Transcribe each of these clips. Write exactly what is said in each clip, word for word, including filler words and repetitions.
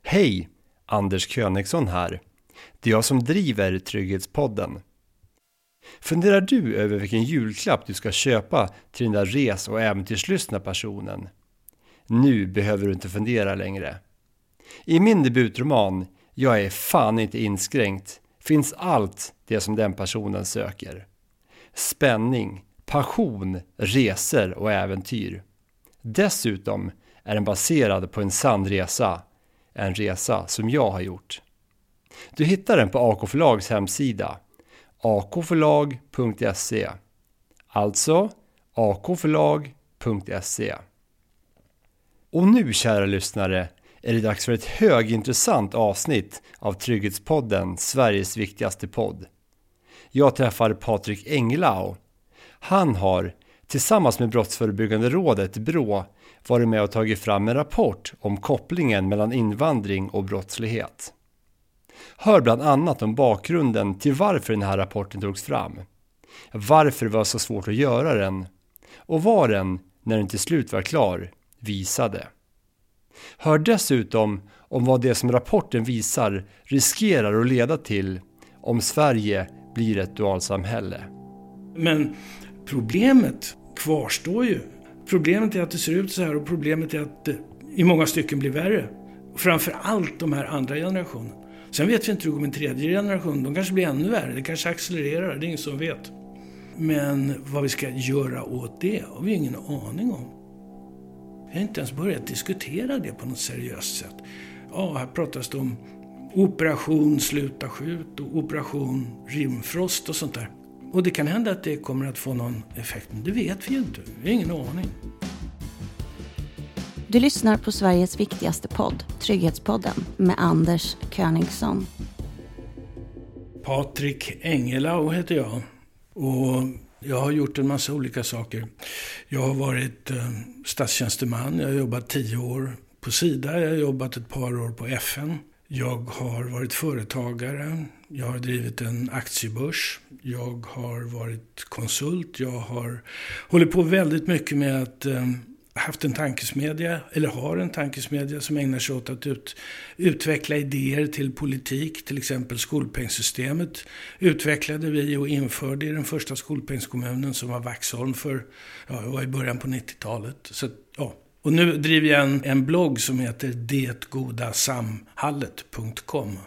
Hej, Anders Königsson här. Det är jag som driver Trygghetspodden. Funderar du över vilken julklapp du ska köpa till den där res- och äventyrslystna personen? Nu behöver du inte fundera längre. I min debutroman, Jag är fan inte inskränkt, finns allt det som den personen söker. Spänning, passion, resor och äventyr. Dessutom är den baserad på en sann resa. En resa som jag har gjort. Du hittar den på A K Förlags hemsida. a k förlag punkt se. Alltså a k förlag punkt se. Och nu, kära lyssnare, är det dags för ett högintressant avsnitt av Trygghetspodden, Sveriges viktigaste podd. Jag träffar Patrik Engelau. Han har, tillsammans med Brottsförebyggande rådet, BRÅ, varit med och tagit fram en rapport om kopplingen mellan invandring och brottslighet. Hör bland annat om bakgrunden till varför den här rapporten togs fram. Varför det var så svårt att göra den. Och vad den, när den till slut var klar, visade. Hör dessutom om vad det som rapporten visar riskerar att leda till om Sverige blir ett dualsamhälle. Men problemet kvarstår ju. Problemet är att det ser ut så här och problemet är att det i många stycken blir värre. Framför allt de här andra generationerna. Sen vet vi inte hur det går med en tredje generation. De kanske blir ännu värre. Det kanske accelererar. Det är ingen som vet. Men vad vi ska göra åt det har vi ingen aning om. Vi har inte ens börjat diskutera det på något seriöst sätt. Ja, här pratas det om operation Sluta skjut och operation Rimfrost och sånt där. Och det kan hända att det kommer att få någon effekt. Men det vet vi ju inte. Vi har ingen aning. Du lyssnar på Sveriges viktigaste podd, Trygghetspodden, med Anders Königsson. Patrik Engelau heter jag. Och jag har gjort en massa olika saker. Jag har varit eh, statstjänsteman. Jag har jobbat tio år på Sida. Jag har jobbat ett par år på F N. Jag har varit företagare. Jag har drivit en aktiebörs. Jag har varit konsult. Jag har hållit på väldigt mycket med att eh, haft en tankesmedja, eller har en tankesmedja som ägnar sig åt att ut, utveckla idéer till politik. Till exempel skolpengssystemet utvecklade vi och införde i den första skolpengskommunen som var Vaxholm för, ja, det var i början på nittiotalet. Så, ja. Och nu driver jag en, en blogg som heter det goda samhallet punkt com.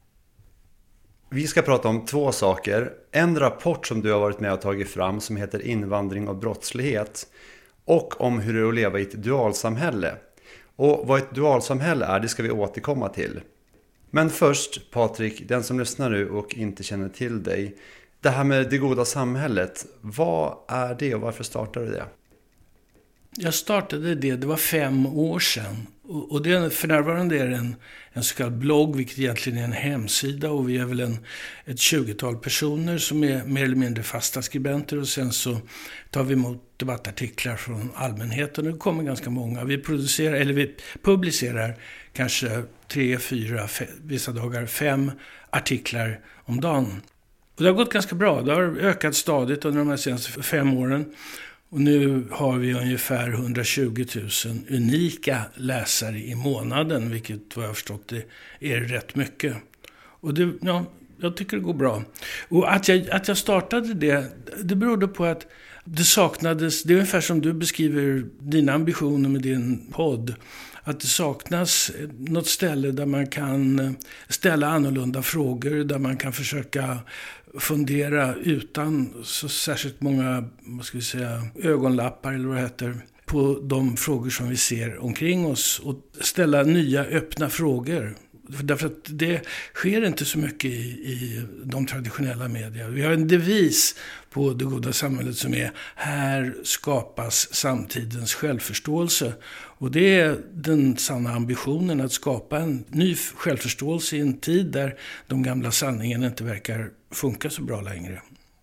Vi ska prata om två saker. En rapport som du har varit med och tagit fram som heter Invandring och brottslighet. Och om hur det är att leva i ett dualsamhälle. Och vad ett dualsamhälle är, det ska vi återkomma till. Men först, Patrik, den som lyssnar nu och inte känner till dig. Det här med det goda samhället, vad är det och varför startade du det? Jag startade det, det var fem år sedan. Och, och det, för närvarande är det en, en så kallad blogg, vilket egentligen är en hemsida. Och vi är väl en, ett tjugotal personer som är mer eller mindre fasta skribenter. Och sen så tar vi emot debattartiklar från allmänheten. Det kommer ganska många. Vi producerar, eller vi publicerar kanske tre, fyra, fe, vissa dagar fem artiklar om dagen. Och det har gått ganska bra. Det har ökat stadigt under de här senaste fem åren. Och nu har vi ungefär hundratjugo tusen unika läsare i månaden, vilket vad jag har förstått det är rätt mycket. Och det, ja, jag tycker det går bra. Och att jag, att jag startade det, det berodde på att det saknades, det är ungefär som du beskriver dina ambitioner med din podd, att det saknas något ställe där man kan ställa annorlunda frågor, där man kan försöka fundera utan så särskilt många, vad ska vi säga, ögonlappar eller vad det heter, på de frågor som vi ser omkring oss och ställa nya öppna frågor. Därför att det sker inte så mycket i, i de traditionella media. Vi har en devis på det goda samhället som är: här skapas samtidens självförståelse. Och det är den sanna ambitionen att skapa en ny självförståelse i en tid där de gamla sanningarna inte verkar funka så bra längre.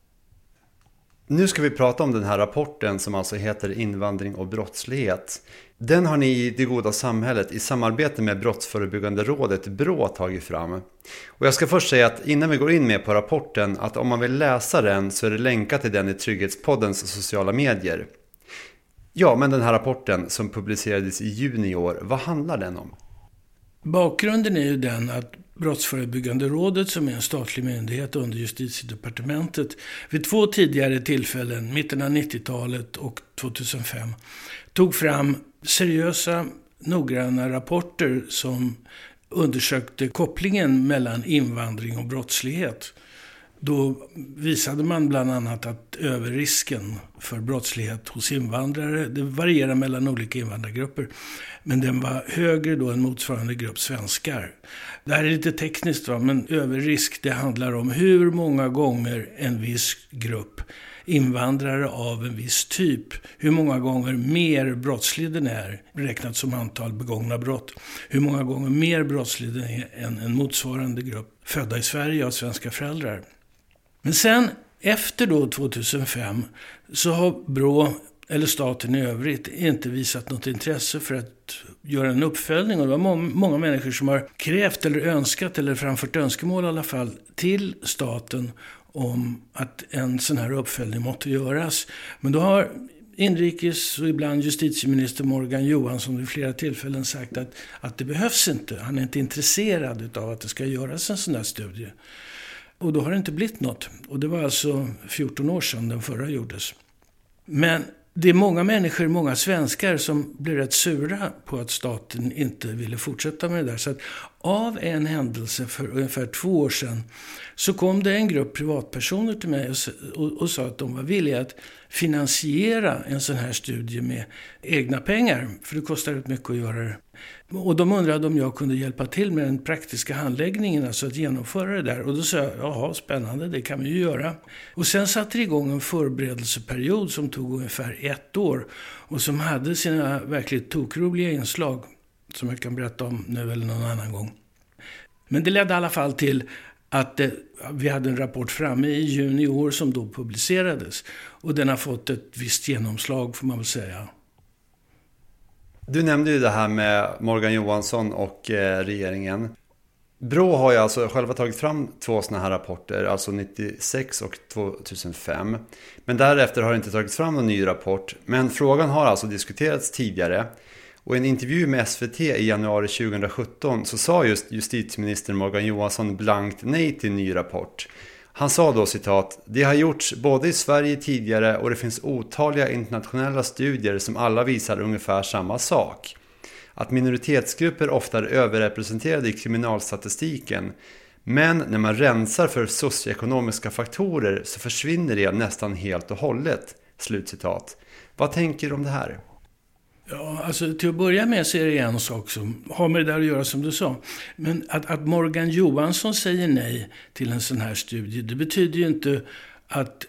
Nu ska vi prata om den här rapporten som alltså heter Invandring och brottslighet. Den har ni i Det goda samhället i samarbete med Brottsförebyggande rådet BRÅ tagit fram. Och jag ska först säga att innan vi går in med på rapporten, att om man vill läsa den så är det länkat till den i Trygghetspoddens sociala medier. Ja, men den här rapporten som publicerades i juni i år, vad handlar den om? Bakgrunden är ju den att Brottsförebyggande rådet, som är en statlig myndighet under Justitiedepartementet, vid två tidigare tillfällen, mitten av nittiotalet och tjugohundrafem, tog fram seriösa, noggranna rapporter som undersökte kopplingen mellan invandring och brottslighet. Då visade man bland annat att överrisken för brottslighet hos invandrare, det varierar mellan olika invandrargrupper, men den var högre då än motsvarande grupp svenskar. Det här är lite tekniskt, va? Men överrisk, det handlar om hur många gånger en viss grupp invandrare av en viss typ, hur många gånger mer brottslig den är, räknat som antal begångna brott, hur många gånger mer brottslig den är än en motsvarande grupp födda i Sverige av svenska föräldrar. Men sen, efter då tjugohundrafem, så har Brå, eller staten i övrigt, inte visat något intresse för att göra en uppföljning. Och det var må- många människor som har krävt eller önskat, eller framfört önskemål i alla fall, till staten om att en sån här uppföljning måste göras. Men då har inrikes och ibland justitieminister Morgan Johansson vid flera tillfällen sagt att, att det behövs inte. Han är inte intresserad av att det ska göras en sån här studie. Och då har det inte blivit något. Och det var alltså fjorton år sedan den förra gjordes. Men det är många människor, många svenskar som blir rätt sura på att staten inte ville fortsätta med det där. Så att av en händelse för ungefär två år sedan så kom det en grupp privatpersoner till mig och, och, och sa att de var villiga att finansiera en sån här studie med egna pengar. För det kostar rätt mycket att göra det. Och de undrade om jag kunde hjälpa till med den praktiska handläggningen, alltså att genomföra det där. Och då sa jag, jaha, spännande, det kan vi ju göra. Och sen satte det igång en förberedelseperiod som tog ungefär ett år. Och som hade sina verkligt tokroliga inslag, som jag kan berätta om nu eller någon annan gång. Men det ledde i alla fall till att det, vi hade en rapport framme i juni i år som då publicerades. Och den har fått ett visst genomslag, får man väl säga. Du nämnde ju det här med Morgan Johansson och eh, regeringen. Brå har ju alltså själva tagit fram två sådana här rapporter, alltså nittiosex och tjugohundrafem. Men därefter har det inte tagits fram någon ny rapport. Men frågan har alltså diskuterats tidigare. Och i en intervju med S V T i januari tjugosjutton så sa just justitieminister Morgan Johansson blankt nej till en ny rapport. Han sa då citat, det har gjorts både i Sverige tidigare och det finns otaliga internationella studier som alla visar ungefär samma sak. Att minoritetsgrupper ofta är överrepresenterade i kriminalstatistiken, men när man rensar för socioekonomiska faktorer så försvinner det nästan helt och hållet. Slutcitat. Vad tänker du om det här? Ja, alltså till att börja med så är det en sak som har med det där att göra som du sa. Men att, att Morgan Johansson säger nej till en sån här studie, det betyder ju inte att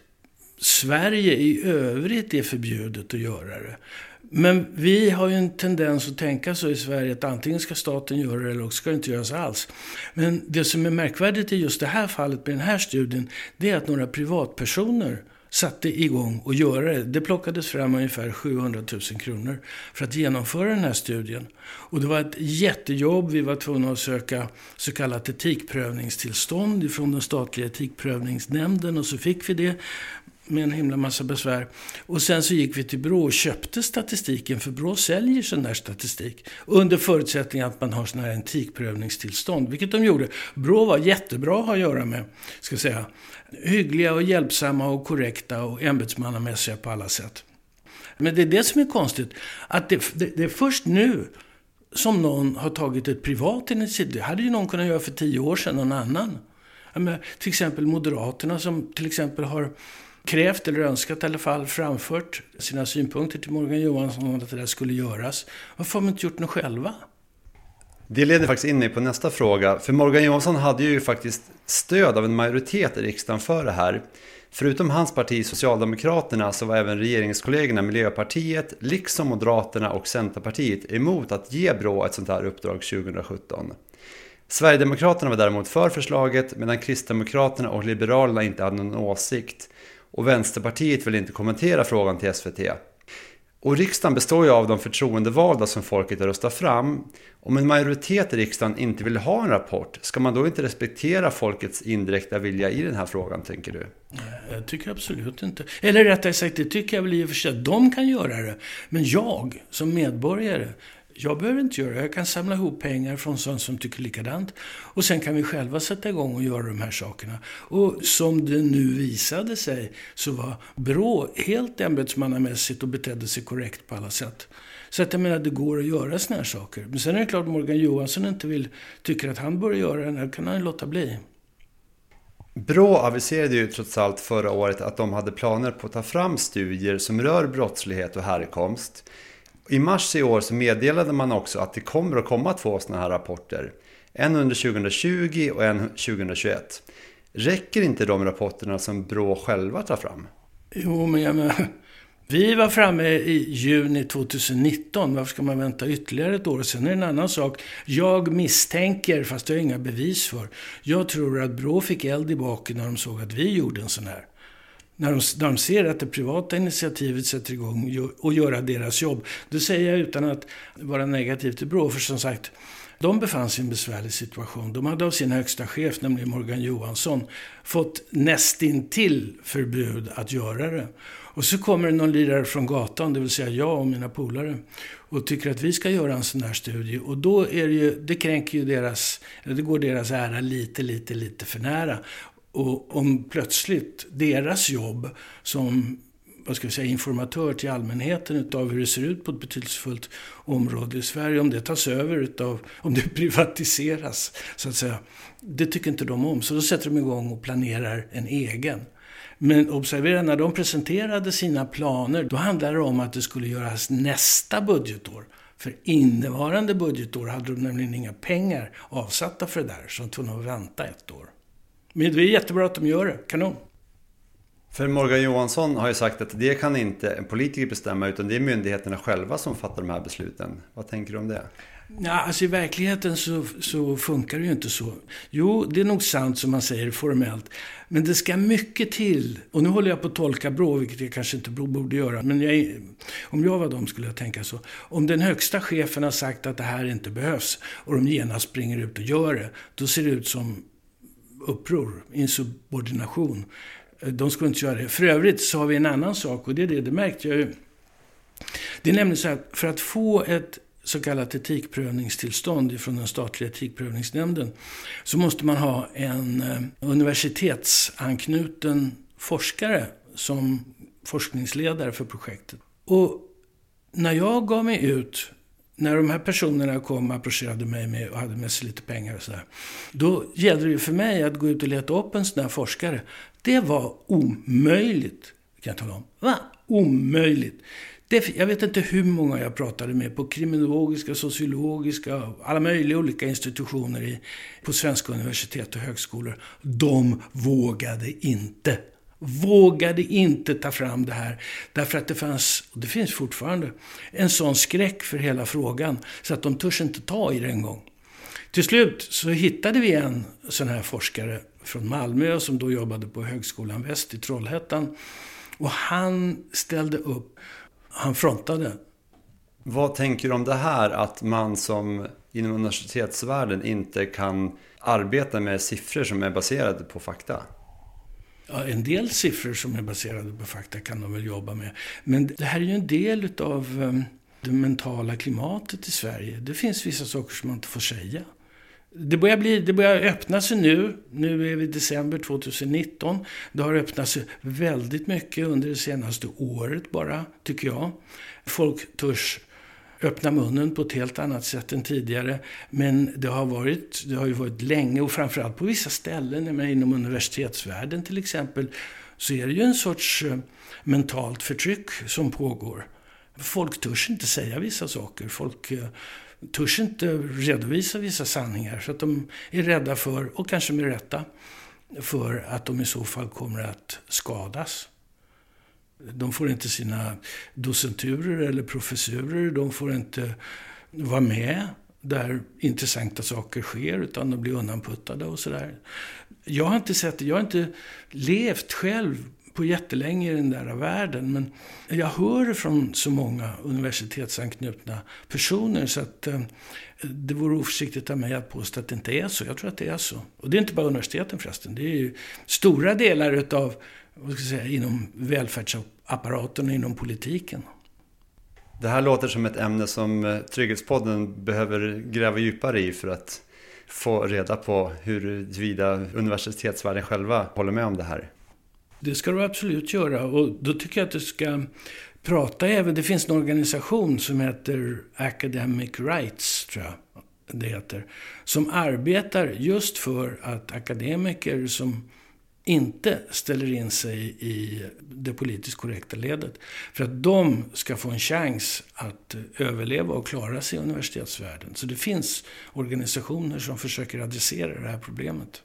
Sverige i övrigt är förbjudet att göra det. Men vi har ju en tendens att tänka så i Sverige att antingen ska staten göra det eller också ska det inte göras alls. Men det som är märkvärdigt i just det här fallet med den här studien, det är att några privatpersoner satte igång och göra det. Det plockades fram ungefär sjuhundratusen kronor för att genomföra den här studien. Och det var ett jättejobb. Vi var tvungna att söka så kallat etikprövningstillstånd från den statliga etikprövningsnämnden, och så fick vi det med en himla massa besvär. Och sen så gick vi till Brå och köpte statistiken, för Brå säljer sån där statistik under förutsättning att man har sån här etikprövningstillstånd, vilket de gjorde. Brå var jättebra att ha att göra med, ska jag säga. Hyggliga och hjälpsamma och korrekta och ämbetsmannamässiga på alla sätt. Men det är det som är konstigt, att det, det, det är först nu som någon har tagit ett privat initiativ. Det hade ju någon kunnat göra för tio år sedan, någon annan. Men, till exempel Moderaterna som till exempel har krävt eller önskat i alla fall framfört sina synpunkter till Morgan Johansson om att det där skulle göras. Varför har de inte gjort något själva? Det leder faktiskt in mig på nästa fråga. För Morgan Johansson hade ju faktiskt stöd av en majoritet i riksdagen för det här. Förutom hans parti Socialdemokraterna så var även regeringskollegorna Miljöpartiet, liksom Moderaterna och Centerpartiet, emot att ge Brå ett sånt här uppdrag tjugosjutton. Sverigedemokraterna var däremot för förslaget, medan Kristdemokraterna och Liberalerna inte hade någon åsikt. Och Vänsterpartiet vill inte kommentera frågan till S V T. Och riksdagen består ju av de förtroendevalda som folket har röstat fram. Om en majoritet i riksdagen inte vill ha en rapport, ska man då inte respektera folkets indirekta vilja i den här frågan, tänker du? Jag tycker absolut inte. Eller rättare sagt, det tycker jag väl i och för sig att de kan göra det. Men jag som medborgare, Jag behöver inte göra det. Jag kan samla ihop pengar från sådana som tycker likadant. Och sen kan vi själva sätta igång och göra de här sakerna. Och som det nu visade sig så var Brå helt ämbetsmannamässigt och betedde sig korrekt på alla sätt. Så att jag menar, det går att göra såna här saker. Men sen är det klart att Morgan Johansson inte vill, tycker att han bör göra det. Här kan han låta bli. Brå aviserade ju trots allt förra året att de hade planer på att ta fram studier som rör brottslighet och härkomst. I mars i år så meddelade man också att det kommer att komma två sådana här rapporter. En under tjugohundratjugo och en tjugohundratjugoett. Räcker inte de rapporterna som Brå själva tar fram? Jo, men jag menar, vi var framme i juni tjugonitton. Varför ska man vänta ytterligare ett år? Sen är det en annan sak. Jag misstänker, fast jag har inga bevis för. Jag tror att Brå fick eld i baken när de såg att vi gjorde en sån här. När de, när de ser att det privata initiativet sätter igång och göra deras jobb. Det säger jag utan att vara negativ till Brå. För som sagt, de befann sig i en besvärlig situation. De hade av sin högsta chef, nämligen Morgan Johansson, fått nästintill förbud att göra det. Och så kommer det någon lirare från gatan, det vill säga jag och mina polare, och tycker att vi ska göra en sån här studie. Och då är det ju, det kränker ju deras, det går deras ära lite, lite, lite för nära. Och om plötsligt deras jobb som, vad ska vi säga, informatör till allmänheten utav hur det ser ut på ett betydelsefullt område i Sverige, om det tas över utav, om det privatiseras så att säga, det tycker inte de om. Så då sätter de igång och planerar en egen. Men observera, när de presenterade sina planer, då handlade det om att det skulle göras nästa budgetår. För innevarande budgetår hade de nämligen inga pengar avsatta för det där, så de tog nog vänta ett år. Men det är jättebra att de gör det. Kanon. För Morgan Johansson har ju sagt att det kan inte en politiker bestämma, utan det är myndigheterna själva som fattar de här besluten. Vad tänker du om det? Ja, alltså i verkligheten så, så funkar det ju inte så. Jo, det är nog sant som man säger formellt. Men det ska mycket till. Och nu håller jag på att tolka Brå, vilket jag kanske inte borde göra. Men jag, om jag var dem skulle jag tänka så. Om den högsta chefen har sagt att det här inte behövs och de genast springer ut och gör det, då ser det ut som uppror, insubordination. De skulle inte göra det. För övrigt så har vi en annan sak, och det är det, det märkte jag ju. Det är nämligen så att för att få ett så kallat etikprövningstillstånd från den statliga etikprövningsnämnden så måste man ha en universitetsanknuten forskare som forskningsledare för projektet. Och när jag gav mig ut, när de här personerna kom och approcherade mig med och hade med sig lite pengar och sådär, då gällde det ju för mig att gå ut och leta upp en sån här forskare. Det var omöjligt, kan jag tala om. Va? Omöjligt. Det, jag vet inte hur många jag pratade med på kriminologiska, sociologiska, alla möjliga olika institutioner i, på svenska universitet och högskolor. De vågade inte. Vågade inte ta fram det här. Därför att det fanns, och det finns fortfarande, en sån skräck för hela frågan. Så att de törs inte ta i det en gång. Till slut så hittade vi en sån här forskare från Malmö som då jobbade på Högskolan Väst i Trollhättan. Och han ställde upp. Han frontade. Vad tänker du om det här att man som inom universitetsvärlden inte kan arbeta med siffror som är baserade på fakta? Ja, en del siffror som är baserade på fakta kan de väl jobba med. Men det här är ju en del av um, det mentala klimatet i Sverige. Det finns vissa saker som man inte får säga. Det börjar, bli, det börjar öppna sig nu. Nu är vi i december tjugonitton. Det har öppnat sig väldigt mycket under det senaste året bara, tycker jag. Folk törs öppna munnen på ett helt annat sätt än tidigare. Men det har, varit, det har ju varit länge, och framförallt på vissa ställen, inom universitetsvärlden till exempel, så är det ju en sorts mentalt förtryck som pågår. Folk törs inte säga vissa saker. Folk törs inte redovisa vissa sanningar, så att de är rädda för, och kanske med rätta, för att de i så fall kommer att skadas. De får inte sina docenturer eller professurer, de får inte vara med där intressanta saker sker, utan de blir undanputtade och sådär. Jag har inte sett det, jag har inte levt själv på jättelänge i den där världen, men jag hör från så många universitetsanknutna personer så att eh, det vore oförsiktigt av mig att påstå att det inte är så. Jag tror att det är så. Och det är inte bara universiteten förresten, det är ju stora delar utav, vad ska jag säga, inom välfärdsapparaten och inom politiken. Det här låter som ett ämne som Trygghetspodden behöver gräva djupare i för att få reda på huruvida universitetsvärlden själva håller med om det här. Det ska du absolut göra, och då tycker jag att du ska prata även. Det finns en organisation som heter Academic Rights, tror jag det heter, som arbetar just för att akademiker som inte ställer in sig i det politiskt korrekta ledet, för att de ska få en chans att överleva och klara sig i universitetsvärlden. Så det finns organisationer som försöker adressera det här problemet.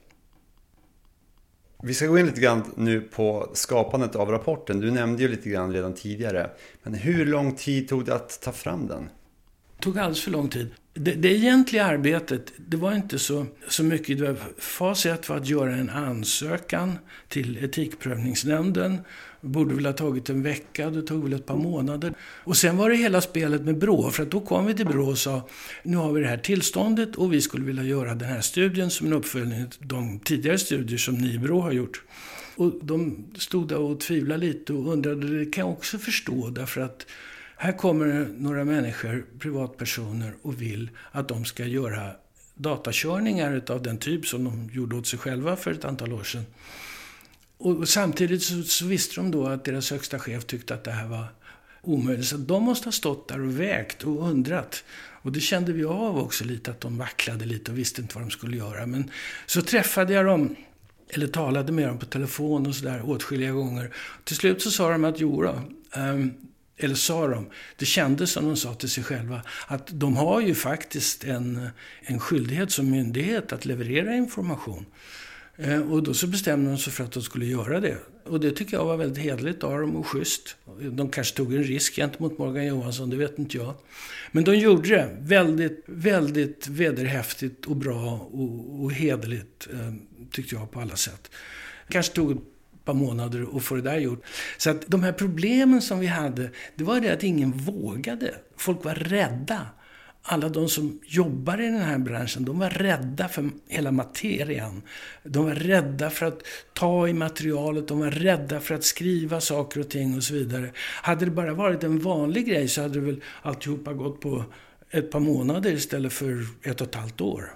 Vi ska gå in lite grann nu på skapandet av rapporten. Du nämnde ju lite grann redan tidigare. Men hur lång tid tog det att ta fram den? Det tog alldeles för lång tid. Det, det egentliga arbetet, det var inte så, så mycket. Det var, fas ett var att göra en ansökan till etikprövningsnämnden. Det borde väl ha tagit en vecka, det tog väl ett par månader. Och sen var det hela spelet med Brå, för att då kom vi till Brå och sa, nu har vi det här tillståndet och vi skulle vilja göra den här studien som en uppföljning till de tidigare studier som ni i Brå har gjort. Och de stod där och tvivlade lite och undrade, det kan jag också förstå, därför att här kommer några människor, privatpersoner, och vill att de ska göra datakörningar av den typ som de gjorde åt sig själva för ett antal år sedan. Och samtidigt så, så visste de då att deras högsta chef tyckte att det här var omöjligt. Så de måste ha stått där och vägt och undrat. Och det kände vi av också lite, att de vacklade lite och visste inte vad de skulle göra. Men så träffade jag dem, eller talade med dem på telefon och sådär åtskilliga gånger. Till slut så sa de att jo då, um, eller sa de, det kändes som de sa till sig själva, att de har ju faktiskt en, en skyldighet som myndighet att leverera information. Eh, och då så bestämde de sig för att de skulle göra det. Och det tycker jag var väldigt hederligt av dem och schysst. De kanske tog en risk gentemot Morgan Johansson, det vet inte jag. Men de gjorde det väldigt, väldigt vederhäftigt och bra och, och hederligt, eh, tyckte jag på alla sätt. Kanske tog ett par månader att få det där gjort. Så att de här problemen som vi hade, det var det att ingen vågade. Folk var rädda. Alla de som jobbar i den här branschen, de var rädda för hela materian. De var rädda för att ta i materialet, de var rädda för att skriva saker och ting och så vidare. Hade det bara varit en vanlig grej så hade det väl alltihopa gått på ett par månader istället för ett och ett halvt år.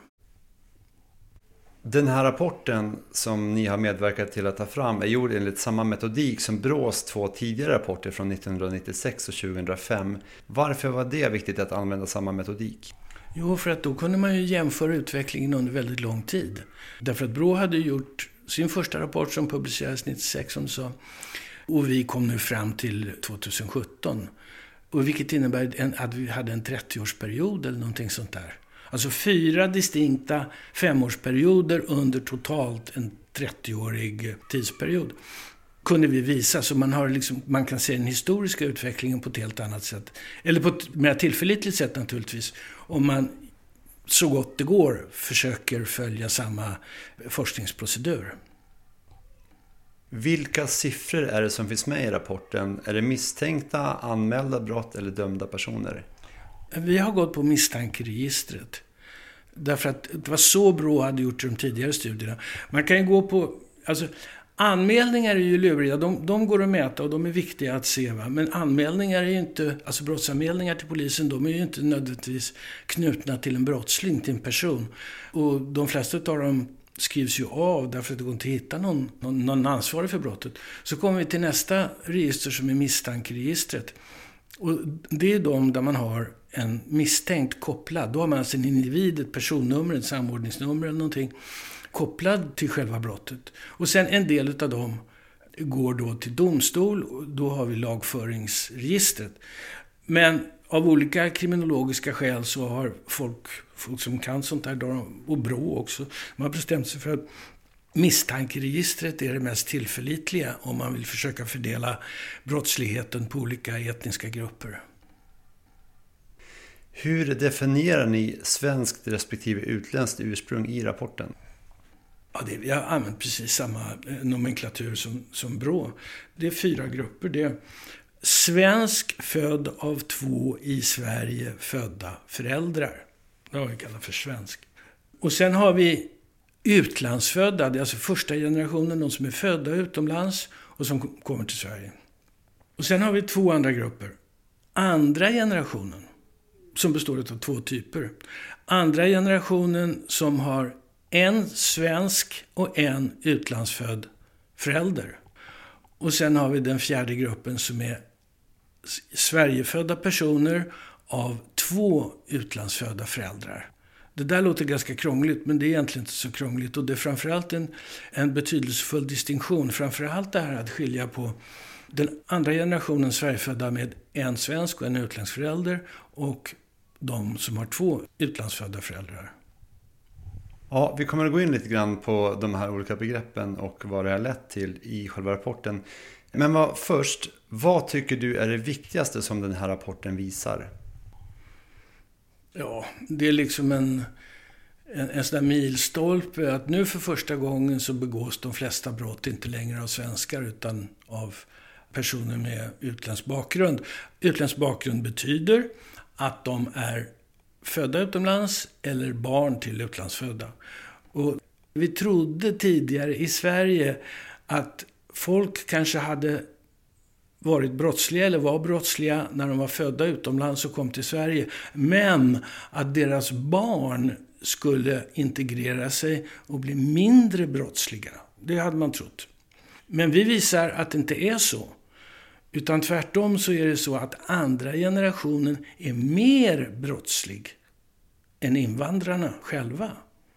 Den här rapporten som ni har medverkat till att ta fram är gjord enligt samma metodik som Brås två tidigare rapporter från nittonhundranittiosex och tjugohundrafem. Varför var det viktigt att använda samma metodik? Jo, för att då kunde man ju jämföra utvecklingen under väldigt lång tid. Därför att Brå hade gjort sin första rapport som publicerades nittiosex, som sa, och vi kom nu fram till tjugosjutton. Och vilket innebär en, att vi hade en trettioårsperiod eller någonting sånt där. Alltså fyra distinkta femårsperioder under totalt en trettioårig tidsperiod kunde vi visa. Så man, har liksom, man kan se den historiska utvecklingen på ett helt annat sätt. Eller på ett mer tillförlitligt sätt naturligtvis. Om man så gott det går försöker följa samma forskningsprocedur. Vilka siffror är det som finns med i rapporten? Är det misstänkta, anmälda brott eller dömda personer? Vi har gått på misstankeregistret. Därför att det var så Brå hade gjort de tidigare studierna. Man kan ju gå på... Alltså, anmälningar är ju luriga. De, de går att mäta och de är viktiga att se. Va? Men anmälningar är ju inte... Alltså brottsanmälningar till polisen, de är ju inte nödvändigtvis knutna till en brottsling, till en person. Och de flesta av dem skrivs ju av därför att det går inte att hitta någon, någon, någon ansvarig för brottet. Så kommer vi till nästa register som är misstankeregistret. Och det är de där man har en misstänkt kopplad. Då har man alltså en individ, ett personnummer, ett samordningsnummer eller någonting kopplad till själva brottet. Och sen en del av dem går då till domstol och då har vi lagföringsregistret. Men av olika kriminologiska skäl så har folk, folk som kan sånt här, och Brå också, man har bestämt sig för att misstankeregistret är det mest tillförlitliga om man vill försöka fördela brottsligheten på olika etniska grupper. Hur definierar ni svenskt respektive utländskt ursprung i rapporten? Ja, det, vi har använt precis samma nomenklatur som, som Brå. Det är fyra grupper. Det är svensk född av två i Sverige födda föräldrar. Det har vi kallat för svensk. Och sen har vi utlandsfödda, det är alltså första generationen, de som är födda utomlands och som kommer till Sverige. Och sen har vi två andra grupper. andra generationen, som består av två typer. Andra generationen som har en svensk och en utlandsfödd förälder. Och sen har vi den fjärde gruppen som är Sverigefödda personer av två utlandsfödda föräldrar. Det där låter ganska krångligt, men det är egentligen inte så krångligt. Och det är framförallt en, en betydelsefull distinktion. Framförallt det här att skilja på den andra generationen Sverigefödda med en svensk och en utländsk förälder och de som har två utlandsfödda föräldrar. Ja, vi kommer att gå in lite grann på de här olika begreppen och vad det har lett till i själva rapporten. Men vad, först, vad tycker du är det viktigaste som den här rapporten visar? Ja, det är liksom en, en, en sån där milstolpe att nu för första gången så begås de flesta brott inte längre av svenskar utan av personer med utländsk bakgrund. Utländsk bakgrund betyder att de är födda utomlands eller barn till utlandsfödda. Och vi trodde tidigare i Sverige att folk kanske hade varit brottsliga eller var brottsliga när de var födda utomlands och kom till Sverige. Men att deras barn skulle integrera sig och bli mindre brottsliga. Det hade man trott. Men vi visar att det inte är så. Utan tvärtom så är det så att andra generationen är mer brottslig än invandrarna själva.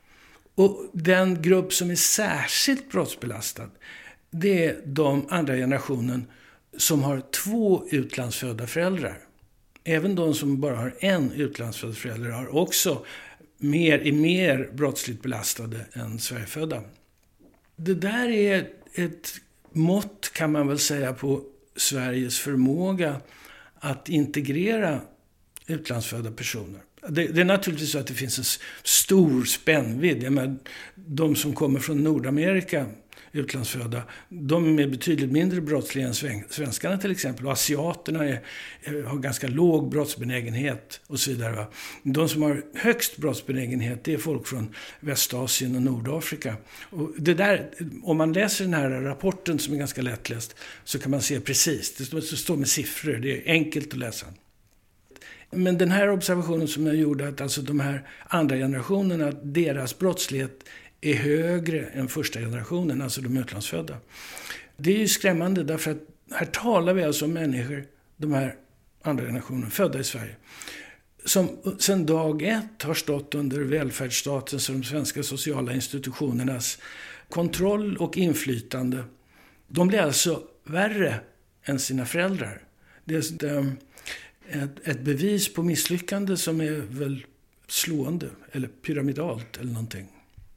Och den grupp som är särskilt brottsbelastad, det är de andra generationen som har två utlandsfödda föräldrar. Även de som bara har en utlandsfödd förälder har också mer, är mer brottsligt belastade än Sverigefödda. Det där är ett mått, kan man väl säga, på Sveriges förmåga att integrera utlandsfödda personer. Det, det är naturligtvis så att det finns en stor spännvidd. Jag menar, de som kommer från Nordamerika, utlandsfödda, de är betydligt mindre brottsliga än svenskarna till exempel. Och asiaterna är, har ganska låg brottsbenägenhet och så vidare. Va? De som har högst brottsbenägenhet, det är folk från Västasien och Nordafrika. Och det där, om man läser den här rapporten som är ganska lättläst så kan man se precis. Det står, det står med siffror, det är enkelt att läsa. Men den här observationen som jag gjorde, att alltså de här andra generationerna, att deras brottslighet är högre än första generationen, alltså de utlandsfödda. Det är ju skrämmande därför att här talar vi alltså om människor, de här andra generationen, födda i Sverige, som sedan dag ett har stått under välfärdsstatens och de svenska sociala institutionernas kontroll och inflytande. De blir alltså värre än sina föräldrar. Det är ett, ett bevis på misslyckande som är väl slående eller pyramidalt eller någonting.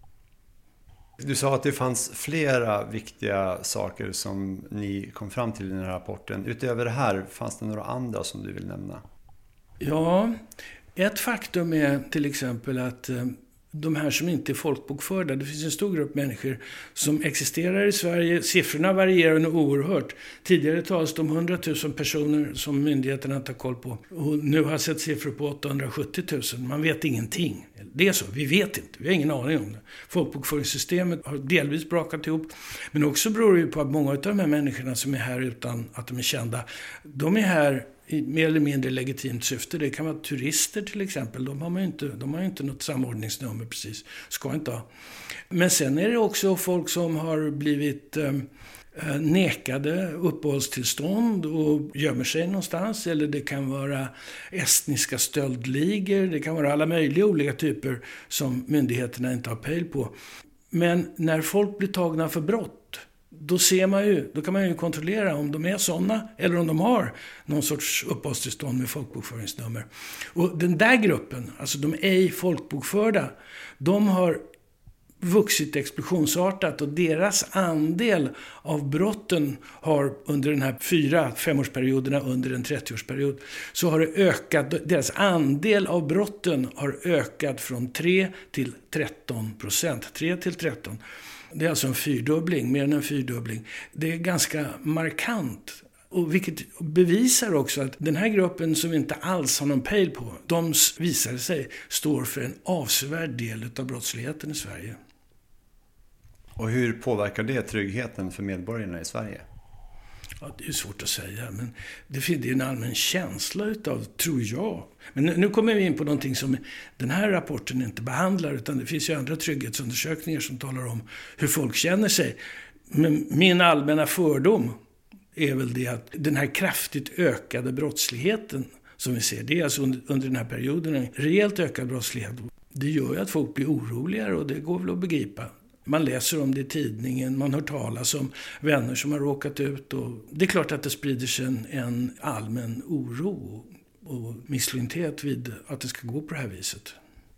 Du sa att det fanns flera viktiga saker som ni kom fram till i den här rapporten. Utöver det här, fanns det några andra som du vill nämna? Ja, ett faktum är till exempel att de här som inte är folkbokförda, det finns en stor grupp människor som existerar i Sverige. Siffrorna varierar nog oerhört. Tidigare talades det om hundratusen personer som myndigheterna tar koll på. Och nu har jag sett siffror på åttahundrasjuttio tusen. Man vet ingenting. Det är så, vi vet inte. Vi har ingen aning om det. Folkbokföringssystemet har delvis brakat ihop. Men också beror det ju på att många av de här människorna som är här utan att de är kända, de är här i mer eller mindre legitimt syfte. Det kan vara turister till exempel. De har ju inte, de har ju inte något samordningsnummer precis. Ska inte ha. Men sen är det också folk som har blivit eh, nekade uppehållstillstånd och gömmer sig någonstans. Eller det kan vara estniska stöldligor. Det kan vara alla möjliga olika typer som myndigheterna inte har pejl på. Men när folk blir tagna för brott, då ser man ju, då kan man ju kontrollera om de är sådana eller om de har någon sorts uppehållstillstånd med folkbokföringsnummer. Och den där gruppen, alltså de ej folkbokförda, de har vuxit explosionsartat och deras andel av brotten har under den här fyra femårsperioderna under en trettioårsperiod så har det ökat, deras andel av brotten har ökat från tre till tretton procent. tre till tretton. Det är alltså en fyrdubbling, mer än en fyrdubbling. Det är ganska markant. Och vilket bevisar också att den här gruppen som inte alls har någon pejl på, de visar sig står för en avsevärd del av brottsligheten i Sverige. Och hur påverkar det tryggheten för medborgarna i Sverige? Ja, det är svårt att säga, men det finns en allmän känsla utav, tror jag. Men nu, nu kommer vi in på någonting som den här rapporten inte behandlar, utan det finns ju andra trygghetsundersökningar som talar om hur folk känner sig. Men min allmänna fördom är väl det att den här kraftigt ökade brottsligheten som vi ser, det är alltså under, under den här perioden en rejält ökad brottslighet. Det gör ju att folk blir oroligare, och det går väl att begripa. Man läser om det i tidningen, man hör talas om vänner som har råkat ut. Och det är klart att det sprider sig en, en allmän oro och misslynthet vid att det ska gå på det här viset.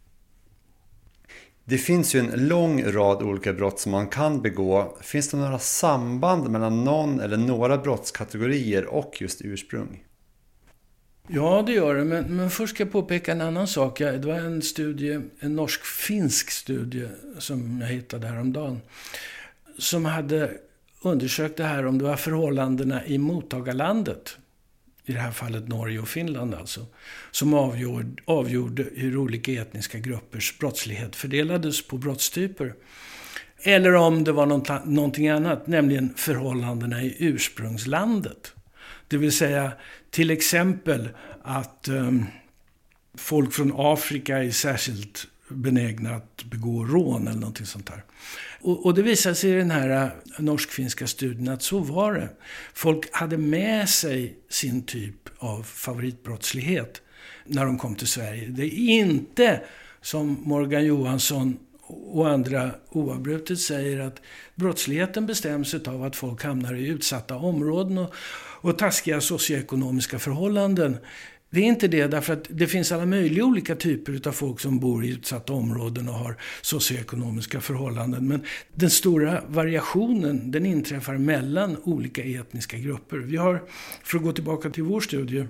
Det finns ju en lång rad olika brott som man kan begå. Finns det några samband mellan någon eller några brottskategorier och just ursprung? Ja, det gör det. Men, men först ska jag påpeka en annan sak. Det var en studie, en norsk-finsk studie som jag hittade häromdagen, som hade undersökt det här om det var förhållandena i mottagarlandet, i det här fallet Norge och Finland alltså, som avgjorde, avgjorde hur olika etniska gruppers brottslighet fördelades på brottstyper. Eller om det var något, någonting annat, nämligen förhållandena i ursprungslandet. Det vill säga till exempel att um, folk från Afrika är särskilt benägna att begå rån eller någonting sånt där. Och, och det visade sig i den här norsk-finska studien att så var det. Folk hade med sig sin typ av favoritbrottslighet när de kom till Sverige. Det är inte som Morgan Johansson och andra oavbrutet säger att brottsligheten bestäms av att folk hamnar i utsatta områden och, och taskiga socioekonomiska förhållanden. Det är inte det, därför att det finns alla möjliga olika typer av folk som bor i utsatta områden och har socioekonomiska förhållanden. Men den stora variationen, den inträffar mellan olika etniska grupper. Vi har, för att gå tillbaka till vår studie,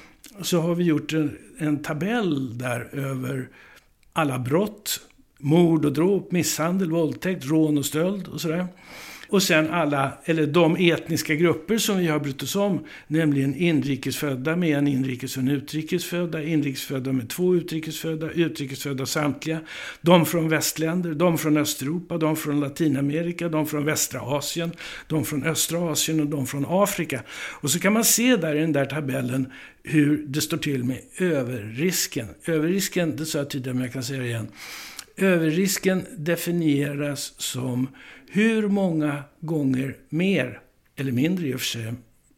så har vi gjort en, en tabell där över alla brott, mord och dråp, misshandel, våldtäkt, rån och stöld och sådär. Och sen alla, eller de etniska grupper som vi har brytt oss om, nämligen inrikesfödda med en inrikes och en utrikesfödda, inrikesfödda med två utrikesfödda, utrikesfödda samtliga, de från västländer, de från Östeuropa, de från Latinamerika, de från västra Asien, de från östra Asien och de från Afrika. Och så kan man se där i den där tabellen hur det står till med överrisken. Överrisken, det sa jag tidigare men jag kan säga det igen. Överrisken definieras som hur många gånger mer, eller mindre i och för sig,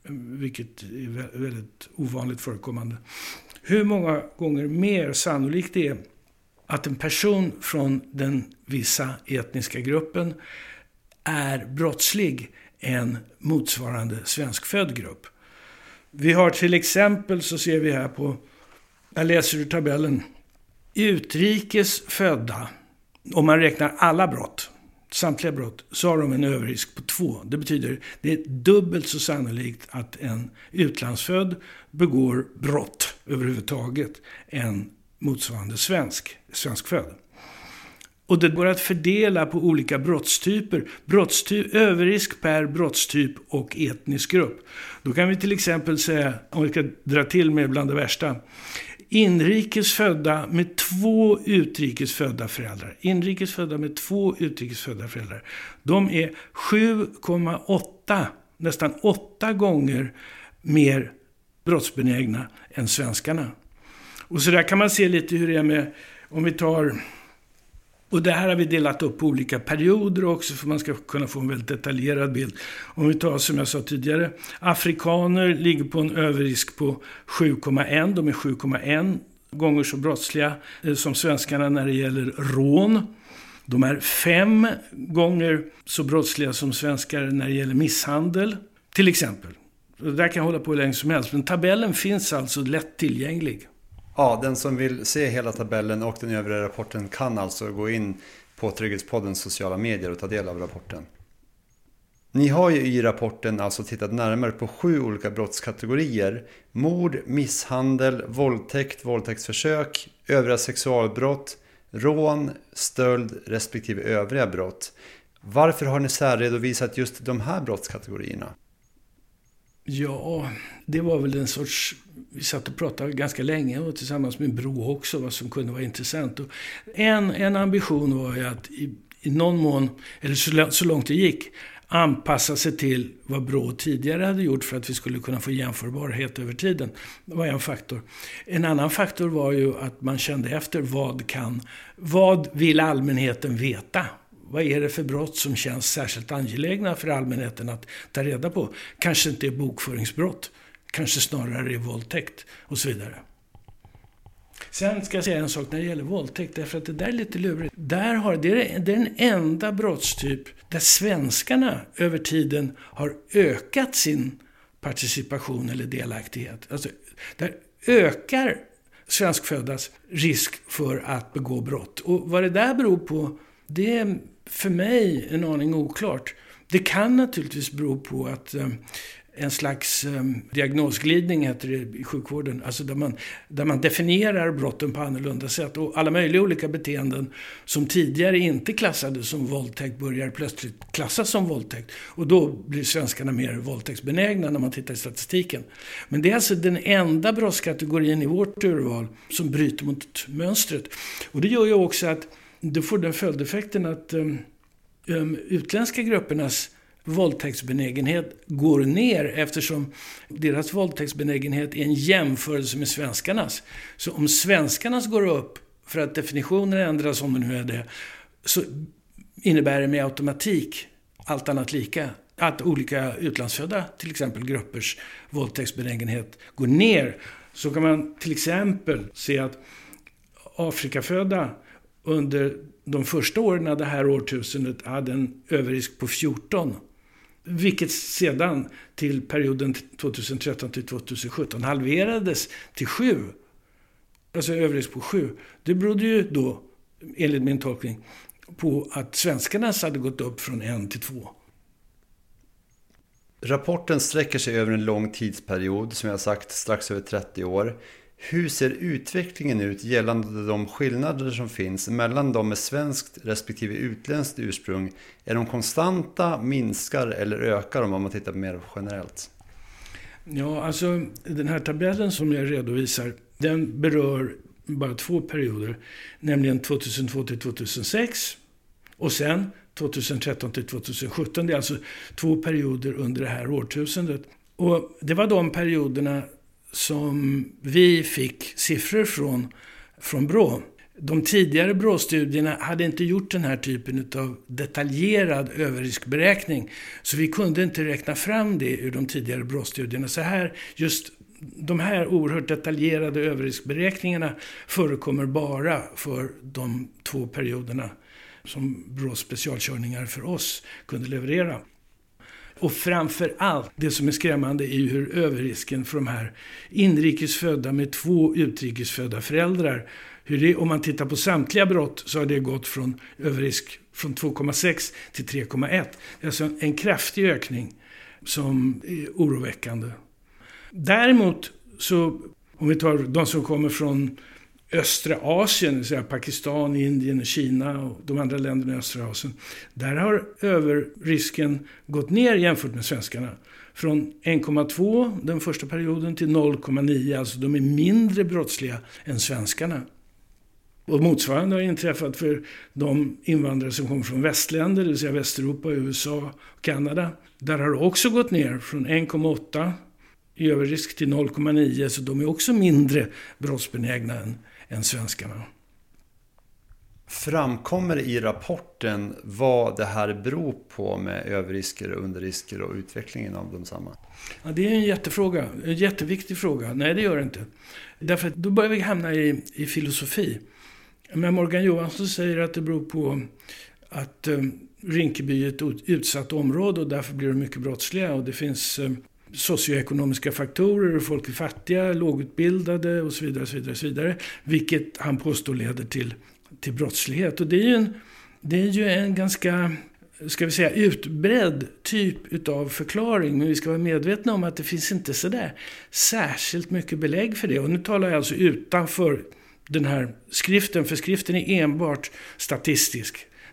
vilket är väldigt ovanligt förekommande, hur många gånger mer sannolikt det är att en person från den vissa etniska gruppen är brottslig än motsvarande svenskfödd grupp. Vi har till exempel, så ser vi här på, jag läser ur tabellen, utrikes födda, om man räknar alla brott, samtliga brott, så har de en överrisk på två. Det betyder det är dubbelt så sannolikt att en utlandsfödd begår brott överhuvudtaget än motsvarande svensk, svenskfödd. Och det går att fördela på olika brottstyper. Brottstyp, överrisk per brottstyp och etnisk grupp. Då kan vi till exempel säga, om vi ska dra till med bland det värsta, inrikesfödda med två utrikesfödda föräldrar. Inrikesfödda med två utrikesfödda föräldrar. De är sju komma åtta, nästan åtta gånger mer brottsbenägna än svenskarna. Och så där kan man se lite hur det är med, om vi tar, och det här har vi delat upp på olika perioder också för man ska kunna få en väldigt detaljerad bild. Om vi tar, som jag sa tidigare, afrikaner ligger på en överrisk på sju komma ett. De är sju komma ett gånger så brottsliga som svenskarna när det gäller rån. De är fem gånger så brottsliga som svenskar när det gäller misshandel, till exempel. Det där kan jag hålla på hur länge som helst, men tabellen finns alltså lätt tillgänglig. Ja, den som vill se hela tabellen och den övriga rapporten kan alltså gå in på Trygghetspoddens sociala medier och ta del av rapporten. Ni har ju i rapporten alltså tittat närmare på sju olika brottskategorier: mord, misshandel, våldtäkt, våldtäktsförsök, övriga sexualbrott, rån, stöld respektive övriga brott. Varför har ni särredovisat just de här brottskategorierna? Ja, det var väl en sorts, vi satt och pratade ganska länge och tillsammans med Bro också vad som kunde vara intressant. Och en, en ambition var ju att i, i någon mån, eller så, så långt det gick, anpassa sig till vad Brå tidigare hade gjort för att vi skulle kunna få jämförbarhet över tiden. Det var en faktor. En annan faktor var ju att man kände efter vad kan, vad vill allmänheten veta? Vad är det för brott som känns särskilt angelägna för allmänheten att ta reda på? Kanske inte är bokföringsbrott, kanske snarare är våldtäkt och så vidare. Sen ska jag säga en sak när det gäller våldtäkt, därför att det där är lite lurigt. Där har, det, är, det är den enda brottstyp där svenskarna över tiden har ökat sin participation eller delaktighet. Alltså, där ökar svenskföddas risk för att begå brott. Och vad det där beror på, det är för mig en aning oklart. Det kan naturligtvis bero på att eh, en slags eh, diagnosglidning heter det i sjukvården. Alltså där man, där man definierar brotten på annorlunda sätt. Och alla möjliga olika beteenden som tidigare inte klassades som våldtäkt börjar plötsligt klassas som våldtäkt. Och då blir svenskarna mer våldtäktsbenägna när man tittar i statistiken. Men det är alltså den enda brottskategorin i vårt urval som bryter mot mönstret. Och det gör ju också att det får den följdeffekten att um, um, utländska gruppernas våldtäktsbenägenhet går ner eftersom deras våldtäktsbenägenhet är en jämförelse med svenskarnas. Så om svenskarnas går upp för att definitionen ändras, om det nu är det, så innebär det med automatik, allt annat lika, att olika utlandsfödda, till exempel gruppers våldtäktsbenägenhet går ner. Så kan man till exempel se att Afrikafödda under de första åren av det här årtusendet hade en överrisk på fjorton. Vilket sedan till perioden tjugotretton till tjugosjutton halverades till sju. Alltså överrisk på sju. Det berodde ju då, enligt min tolkning, på att svenskarnas hade gått upp från en till två. Rapporten sträcker sig över en lång tidsperiod, som jag sagt, strax över trettio år. Hur ser utvecklingen ut gällande de skillnader som finns mellan de med svenskt respektive utländskt ursprung? Är de konstanta, minskar eller ökar om man tittar mer generellt? Ja, alltså den här tabellen som jag redovisar, den berör bara två perioder. Nämligen tjugohundratvå till tjugohundrasex och sen tjugotretton till tjugosjutton. Det är alltså två perioder under det här årtusendet. Och det var de perioderna som vi fick siffror från, från Brå. De tidigare Brå-studierna hade inte gjort den här typen av detaljerad överriskberäkning. Så vi kunde inte räkna fram det ur de tidigare Brå-studierna. Så här, just de här oerhört detaljerade överriskberäkningarna förekommer bara för de två perioderna som Brås specialkörningar för oss kunde leverera. Och framför allt, det som är skrämmande är ju hur överrisken för de här inrikesfödda med två utrikesfödda föräldrar, hur det, om man tittar på samtliga brott så har det gått från överrisk från två komma sex till tre komma ett. Det är alltså en kraftig ökning som är oroväckande. Däremot så, om vi tar de som kommer från östra Asien, det vill säga Pakistan, Indien och Kina och de andra länderna i östra Asien. Där har överrisken gått ner jämfört med svenskarna. Från en komma två den första perioden till noll komma nio, alltså de är mindre brottsliga än svenskarna. Och motsvarande har inträffat för de invandrare som kommer från västländer, det vill säga Västeuropa, U S A och Kanada. Där har det också gått ner från en komma åtta i överrisk till noll komma nio, så de är också mindre brottsbenägna än, än svenskarna. Framkommer i rapporten vad det här beror på med överrisker och underrisker och utvecklingen av demsamma? Ja, det är en jättefråga, en jätteviktig fråga. Nej, det gör det inte. Därför att då börjar vi hamna i, i filosofi. Men Morgan Johansson säger att det beror på att um, Rinkeby är ett utsatt område och därför blir det mycket brottsliga. Och det finns um, socioekonomiska faktorer, folk är fattiga, lågutbildade och så vidare, och så vidare, och så vidare. Vilket han påstår leder till, till brottslighet. Och det är ju en, det är ju en ganska, ska vi säga, utbredd typ av förklaring. Men vi ska vara medvetna om att det finns inte så där särskilt mycket belägg för det. Och nu talar jag alltså utanför den här skriften, för skriften är enbart statistisk.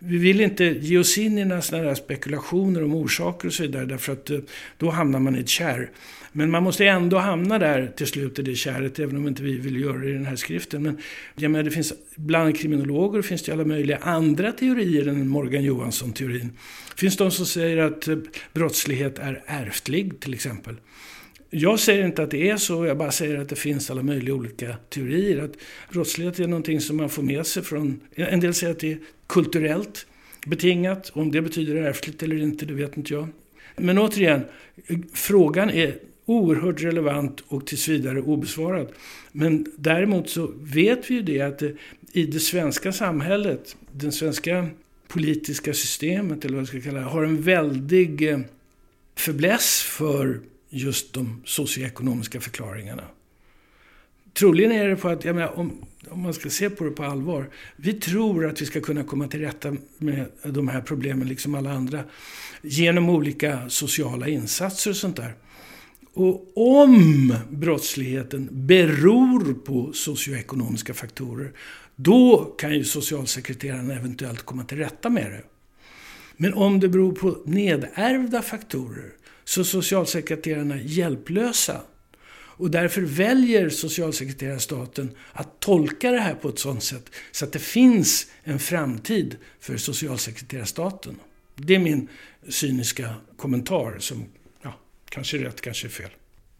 Vi vill inte ge oss in i några sådana där spekulationer om orsaker och så vidare, därför att då hamnar man i ett kärr. Men man måste ändå hamna där till slut i det kärret, även om inte vi vill göra det i den här skriften. Men jag menar, det finns, bland kriminologer finns det alla möjliga andra teorier än Morgan Johansson-teorin. Det finns de som säger att brottslighet är ärftlig, till exempel. Jag säger inte att det är så, jag bara säger att det finns alla möjliga olika teorier. Att brottslighet är någonting som man får med sig från, en del säger att det är kulturellt betingat. Om det betyder ärftligt eller inte, det vet inte jag. Men återigen, frågan är oerhört relevant och tills vidare obesvarad. Men däremot så vet vi ju det att det, i det svenska samhället, den svenska politiska systemet eller vad jag ska kalla det, har en väldig fäbless för just de socioekonomiska förklaringarna. Troligen är det på att, jag menar, om, om man ska se på det på allvar, vi tror att vi ska kunna komma till rätta med de här problemen liksom alla andra genom olika sociala insatser och sånt där. Och om brottsligheten beror på socioekonomiska faktorer, då kan ju socialsekreteraren eventuellt komma till rätta med det. Men om det beror på nedärvda faktorer så är socialsekreterarna hjälplösa. Och därför väljer socialsekreterarstaten att tolka det här på ett sådant sätt så att det finns en framtid för socialsekreterarstaten. Det är min cyniska kommentar som ja, kanske är rätt, kanske är fel.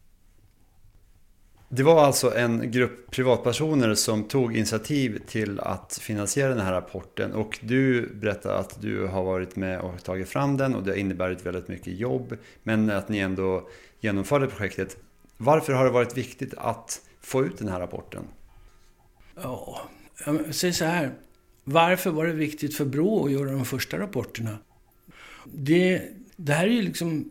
Det var alltså en grupp privatpersoner som tog initiativ till att finansiera den här rapporten, och du berättade att du har varit med och tagit fram den och det har inneburit väldigt mycket jobb, men att ni ändå genomförde projektet. Varför har det varit viktigt att få ut den här rapporten? Ja, jag säger så här. Varför var det viktigt för Brå att göra de första rapporterna? Det, det här är ju liksom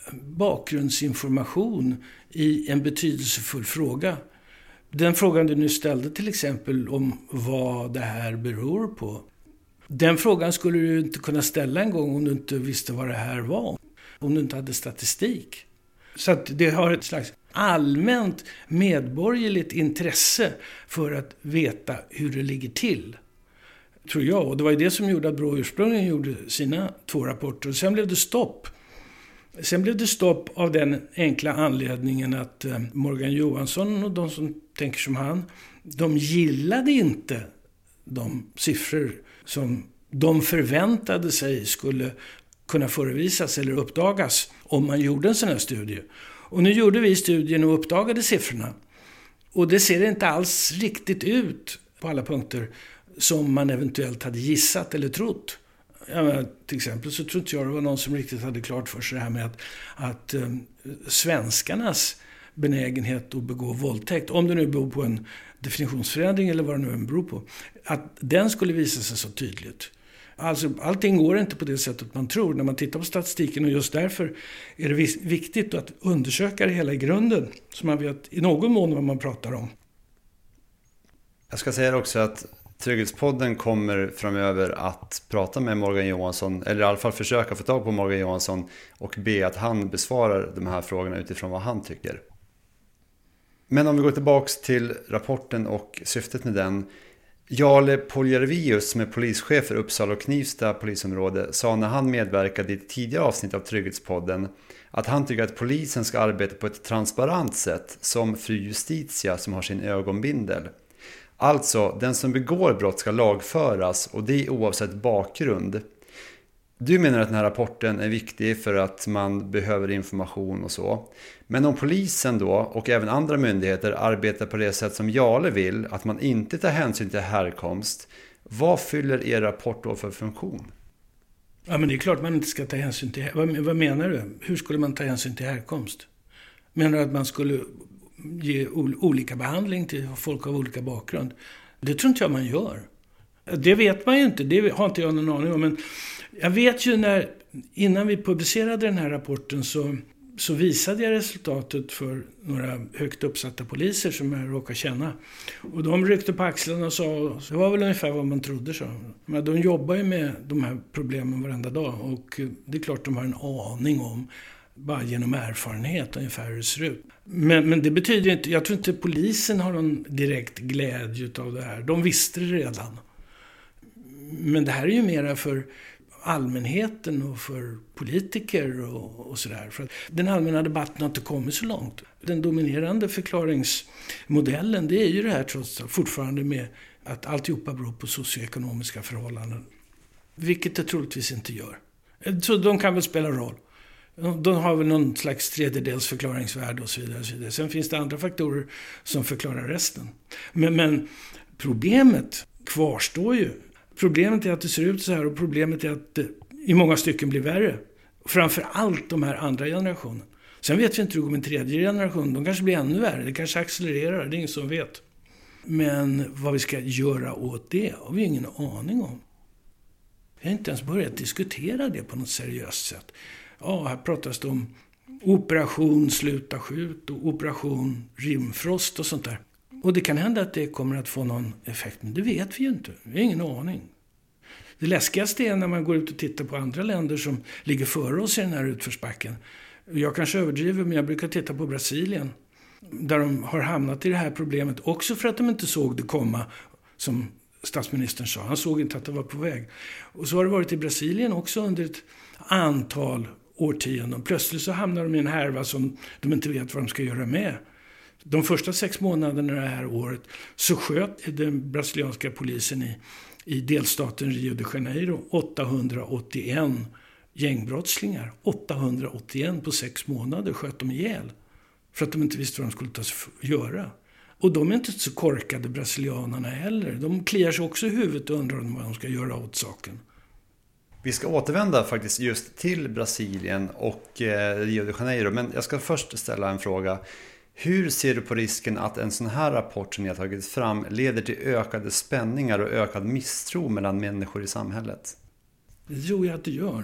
bakgrundsinformation i en betydelsefull fråga. Den frågan du nu ställde till exempel om vad det här beror på. Den frågan skulle du inte kunna ställa en gång om du inte visste vad det här var. Om du inte hade statistik. Så att det har ett slags allmänt medborgerligt intresse för att veta hur det ligger till. Tror jag. Och det var ju det som gjorde att Brå ursprungligen gjorde sina två rapporter. Och sen blev det stopp. Sen blev det stopp av den enkla anledningen att Morgan Johansson och de som tänker som han, de gillade inte de siffror som de förväntade sig skulle kunna förevisas eller uppdagas om man gjorde en sån här studie. Och nu gjorde vi studien och uppdagade siffrorna. Och det ser inte alls riktigt ut på alla punkter som man eventuellt hade gissat eller trott. Ja, men till exempel så tror inte jag det var någon som riktigt hade klart för sig det här med att, att um, svenskarnas benägenhet att begå våldtäkt, om det nu beror på en definitionsförändring eller vad det nu beror på, att den skulle visa sig så tydligt. Alltså allting går inte på det sättet man tror när man tittar på statistiken, och just därför är det viktigt att undersöka det hela i grunden så man vet i någon mån vad man pratar om. Jag ska säga också att Trygghetspodden kommer framöver att prata med Morgan Johansson, eller i alla fall försöka få tag på Morgan Johansson och be att han besvarar de här frågorna utifrån vad han tycker. Men om vi går tillbaka till rapporten och syftet med den. Jarle Poljärvius, som är polischef för Uppsala och Knivsta polisområde, sa när han medverkade i ett tidigare avsnitt av Trygghetspodden att han tycker att polisen ska arbeta på ett transparent sätt, som fru Justitia som har sin ögonbindel. Alltså, den som begår brott ska lagföras, och det oavsett bakgrund. Du menar att den här rapporten är viktig för att man behöver information och så. Men om polisen då, och även andra myndigheter, arbetar på det sätt som Jarle vill, att man inte tar hänsyn till härkomst, vad fyller er rapport då för funktion? Ja, men det är klart man inte ska ta hänsyn till... Vad, vad menar du? Hur skulle man ta hänsyn till härkomst? Menar du att man skulle ge olika behandling till folk av olika bakgrund? Det tror inte jag man gör. Det vet man ju inte, det har inte jag någon aning om. Men jag vet ju när, innan vi publicerade den här rapporten så, så visade jag resultatet för några högt uppsatta poliser som jag råkar känna. Och de ryckte på axlarna och sa, det var väl ungefär vad man trodde så. Men de jobbar ju med de här problemen varenda dag, och det är klart de har en aning om, bara genom erfarenhet ungefär hur det ser ut. Men, men det betyder inte, jag tror inte polisen har någon direkt glädje av det här. De visste det redan. Men det här är ju mera för allmänheten och för politiker och, och sådär. För att den allmänna debatten har inte kommit så långt. Den dominerande förklaringsmodellen, det är ju det här trots allt fortfarande med att alltihopa beror på socioekonomiska förhållanden. Vilket det troligtvis inte gör. Så de kan väl spela roll. De har väl någon slags tredjedels förklaringsvärde och så vidare, och så vidare. Sen finns det andra faktorer som förklarar resten. Men, men problemet kvarstår ju. Problemet är att det ser ut så här och problemet är att det i många stycken blir värre. Framför allt de här andra generationerna. Sen vet vi inte hur det går med tredje generation. De kanske blir ännu värre. Det kanske accelererar. Det är ingen som vet. Men vad vi ska göra åt det har vi ingen aning om. Vi har inte ens börjat diskutera det på något seriöst sätt. Ja, här pratas det om operation sluta skjut och operation rimfrost och sånt där. Och det kan hända att det kommer att få någon effekt, men det vet vi ju inte. Vi har ingen aning. Det läskigaste är när man går ut och tittar på andra länder som ligger före oss i den här utförsbacken. Jag kanske överdriver, men jag brukar titta på Brasilien. Där de har hamnat i det här problemet också för att de inte såg det komma, som statsministern sa. Han såg inte att det var på väg. Och så har det varit i Brasilien också under ett antal årtionden. Plötsligt så hamnar de i en härva som de inte vet vad de ska göra med. De första sex månaderna det här året så sköt den brasilianska polisen i, i delstaten Rio de Janeiro åttahundraåttioen gängbrottslingar. åttahundraåttioen på sex månader sköt de ihjäl. För att de inte visste vad de skulle ta göra. Och de är inte så korkade brasilianerna heller. De kliar sig också i huvudet och undrar vad de ska göra åt saken. Vi ska återvända faktiskt just till Brasilien och eh, Rio de Janeiro. Men jag ska först ställa en fråga. Hur ser du på risken att en sån här rapport som ni har tagit fram leder till ökade spänningar och ökad misstro mellan människor i samhället? Det tror jag att det gör.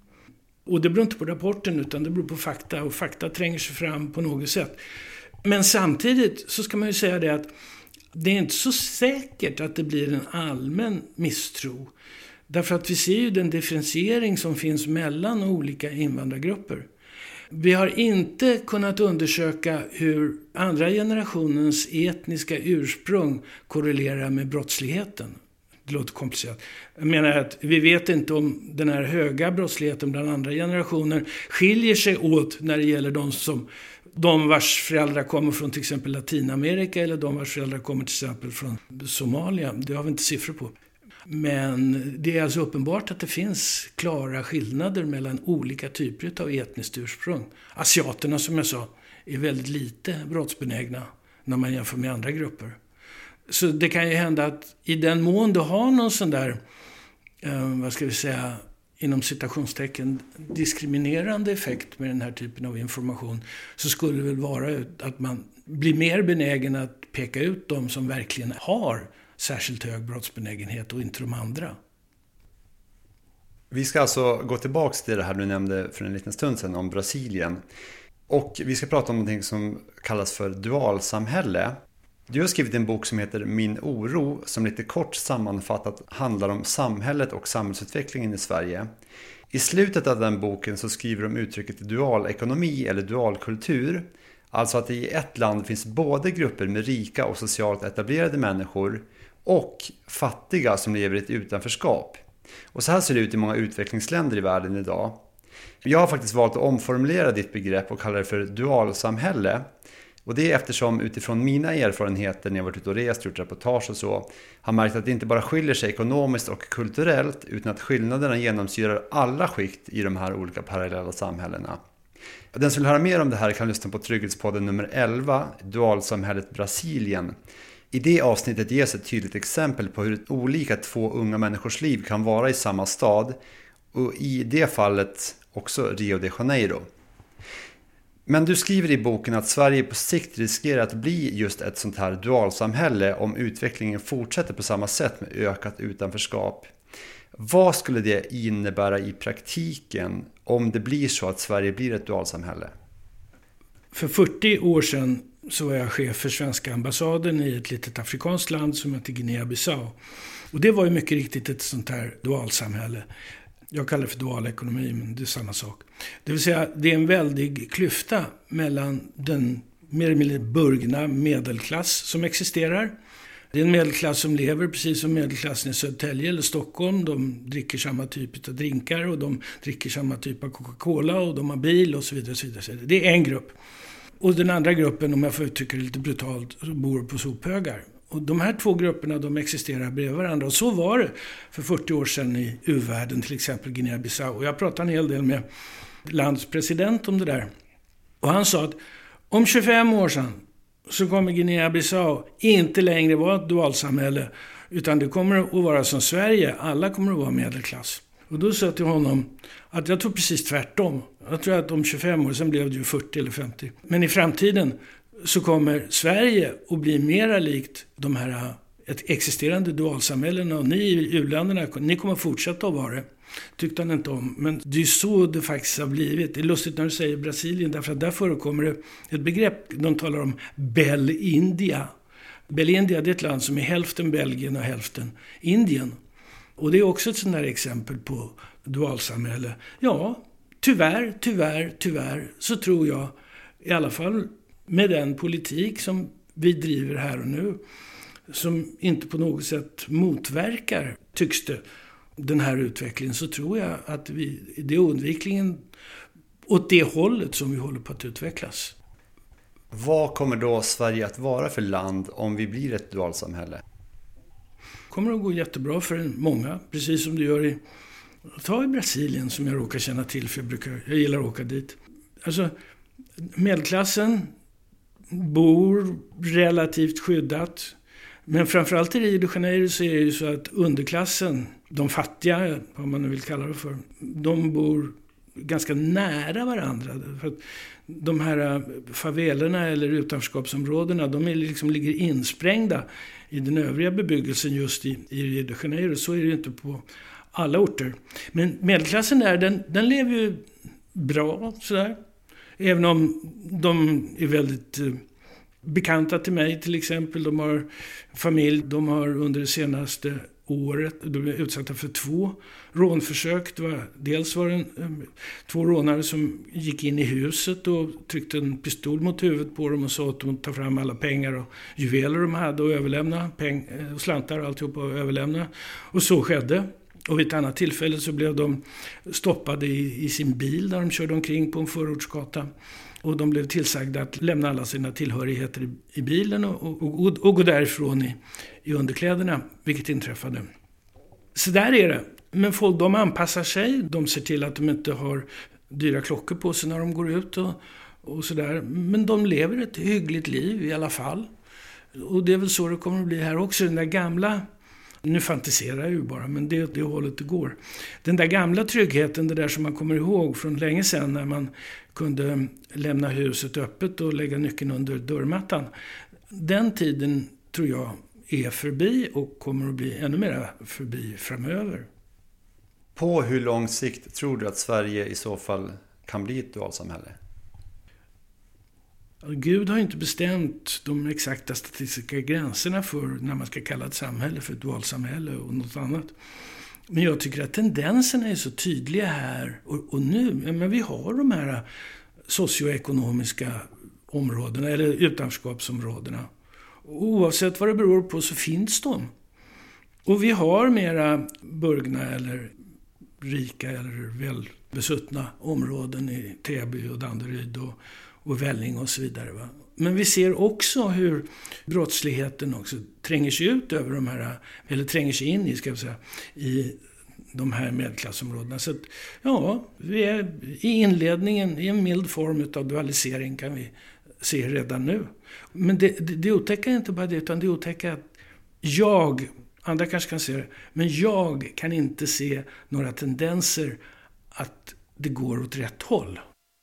Och det beror inte på rapporten utan det beror på fakta. Och fakta tränger sig fram på något sätt. Men samtidigt så ska man ju säga det att det är inte så säkert att det blir en allmän misstro. Därför att vi ser ju den differentiering som finns mellan olika invandrargrupper. Vi har inte kunnat undersöka hur andra generationens etniska ursprung korrelerar med brottsligheten. Det låter komplicerat. Jag menar att vi vet inte om den här höga brottsligheten bland andra generationer skiljer sig åt när det gäller de som de vars föräldrar kommer från till exempel Latinamerika eller de vars föräldrar kommer till exempel från Somalia. Det har vi inte siffror på. Men det är alltså uppenbart att det finns klara skillnader mellan olika typer av etniskt ursprung. Asiaterna, som jag sa, är väldigt lite brottsbenägna när man jämför med andra grupper. Så det kan ju hända att i den mån du har någon sån där, eh, vad ska vi säga, inom citationstecken diskriminerande effekt med den här typen av information, så skulle det väl vara att man blir mer benägen att peka ut de som verkligen har särskilt hög brottsbenägenhet och inte de andra. Vi ska alltså gå tillbaka till det här du nämnde för en liten stund sedan om Brasilien. Och vi ska prata om något som kallas för dualsamhälle. Du har skrivit en bok som heter Min oro, som lite kort sammanfattat handlar om samhället och samhällsutvecklingen i Sverige. I slutet av den boken så skriver de uttrycket dualekonomi eller dualkultur. Alltså att det i ett land finns både grupper med rika och socialt etablerade människor och fattiga som lever i ett utanförskap. Och så här ser det ut i många utvecklingsländer i världen idag. Jag har faktiskt valt att omformulera ditt begrepp och kalla det för dualsamhälle. Och det är eftersom utifrån mina erfarenheter när jag varit ute och rest, gjort reportage och så, har märkt att det inte bara skiljer sig ekonomiskt och kulturellt utan att skillnaderna genomsyrar alla skikt i de här olika parallella samhällena. Den som vill höra mer om det här kan lyssna på Trygghetspodden nummer elva, Dualsamhället Brasilien. I det avsnittet ges ett tydligt exempel på hur olika två unga människors liv kan vara i samma stad och i det fallet också Rio de Janeiro. Men du skriver i boken att Sverige på sikt riskerar att bli just ett sånt här dualsamhälle om utvecklingen fortsätter på samma sätt med ökat utanförskap. Vad skulle det innebära i praktiken om det blir så att Sverige blir ett dualsamhälle? För fyrtio år sedan så var jag chef för svenska ambassaden i ett litet afrikanskt land som heter Guinea-Bissau. Och det var ju mycket riktigt ett sånt här dualsamhälle. Jag kallar det för dualekonomi, men det är samma sak. Det vill säga, det är en väldig klyfta mellan den mer eller mindre burgna medelklass som existerar. Det är en medelklass som lever precis som medelklassen i Södertälje eller Stockholm. De dricker samma typ av drinkar och de dricker samma typ av Coca-Cola och de har bil och så vidare. Och så vidare. Det är en grupp. Och den andra gruppen, om jag får uttrycka det lite brutalt, bor på sophögar. Och de här två grupperna, de existerar bredvid varandra. Och så var det för fyrtio år sedan i u-världen, till exempel Guinea-Bissau. Och jag pratade en hel del med landets president om det där. Och han sa att om tjugofem år sedan så kommer Guinea-Bissau inte längre vara ett dualsamhälle, utan det kommer att vara som Sverige. Alla kommer att vara medelklass. Och då sa jag till honom att jag tror precis tvärtom. Jag tror att om tjugofem år, sen blev det ju fyrtio eller femtio. Men i framtiden så kommer Sverige att bli mera likt de här ett existerande dualsamhällena. Och ni i u-länderna, ni kommer att fortsätta att vara det. Tyckte han inte om. Men det är så det faktiskt har blivit. Det är lustigt när du säger Brasilien, därför att där förekommer det ett begrepp. De talar om Bel India. Bel India, det är ett land som är hälften Belgien och hälften Indien. Och det är också ett sånt där exempel på dualsamhälle. Ja, tyvärr, tyvärr, tyvärr så tror jag, i alla fall med den politik som vi driver här och nu, som inte på något sätt motverkar, tycks det, den här utvecklingen, så tror jag att vi, det är oundvikligen åt det hållet som vi håller på att utvecklas. Vad kommer då Sverige att vara för land om vi blir ett dualsamhälle? Kommer att gå jättebra för många, precis som det gör i, ta i Brasilien som jag råkar känna till, för jag, brukar, jag gillar att åka dit. Alltså, medelklassen bor relativt skyddat, men framförallt i Rio de Janeiro så är det ju så att underklassen, de fattiga, vad man nu vill kalla det för, de bor ganska nära varandra. För att de här favelerna eller utanförskapsområdena, de är liksom, ligger insprängda i den övriga bebyggelsen just i, i Rio de Janeiro. Så är det ju inte på alla orter. Men medelklassen där, den, den lever ju bra sådär. Även om de är väldigt eh, bekanta till mig till exempel. De har familj, de har under det senaste året, de är utsatta för två rånförsök. Det var, dels var det en, två rånare som gick in i huset och tryckte en pistol mot huvudet på dem och sa att de tar fram alla pengar och juveler de hade och överlämna peng, och slantar och alltihop och överlämna. Och så skedde. Och vid ett annat tillfälle så blev de stoppade i, i sin bil där de körde omkring på en förortsgata. Och de blev tillsagda att lämna alla sina tillhörigheter i, i bilen och, och, och, och gå därifrån i, i underkläderna, vilket inträffade. Så där är det. Men folk, de anpassar sig. De ser till att de inte har dyra klockor på sig när de går ut och, och sådär. Men de lever ett hyggligt liv i alla fall. Och det är väl så det kommer att bli här också. Den där gamla, nu fantiserar jag ju bara, men det är det hållet det går. Den där gamla tryggheten, det där som man kommer ihåg från länge sedan när man kunde lämna huset öppet och lägga nyckeln under dörrmattan. Den tiden tror jag är förbi och kommer att bli ännu mer förbi framöver. På hur lång sikt tror du att Sverige i så fall kan bli ett dualsamhälle? Gud har inte bestämt de exakta statistiska gränserna för när man ska kalla ett samhälle för ett dualsamhälle och något annat. Men jag tycker att tendenserna är så tydliga här och, och nu. Men vi har de här socioekonomiska områdena eller utanförskapsområdena. Oavsett vad det beror på så finns de. Och vi har mera burgna eller rika eller välbesuttna områden i Täby och Danderyd och, och Välling och så vidare. Va? Men vi ser också hur brottsligheten också tränger sig ut över de här, eller tränger sig in i, ska jag säga, i de här medelklassområdena. Så att, ja, vi är i inledningen, i en mild form av dualisering kan vi se redan nu. Men det, det, det otäcker inte bara det, utan det otäcker att jag, andra kanske kan se det, men jag kan inte se några tendenser att det går åt rätt håll.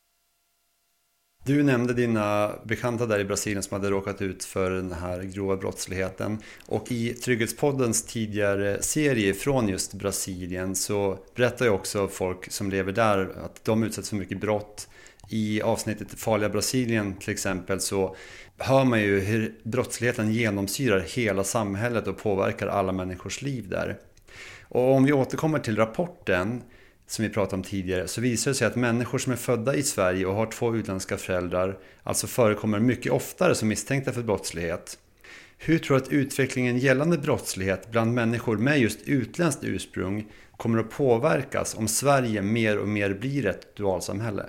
Du nämnde dina bekanta där i Brasilien som hade råkat ut för den här grova brottsligheten. Och i Trygghetspoddens tidigare serie från just Brasilien så berättar ju också folk som lever där att de utsätts för mycket brott. I avsnittet Farliga Brasilien till exempel så hör man ju hur brottsligheten genomsyrar hela samhället och påverkar alla människors liv där. Och om vi återkommer till rapporten som vi pratade om tidigare så visar det sig att människor som är födda i Sverige och har två utländska föräldrar alltså förekommer mycket oftare som misstänkta för brottslighet. Hur tror du att utvecklingen gällande brottslighet bland människor med just utländskt ursprung kommer att påverkas om Sverige mer och mer blir ett dualsamhälle?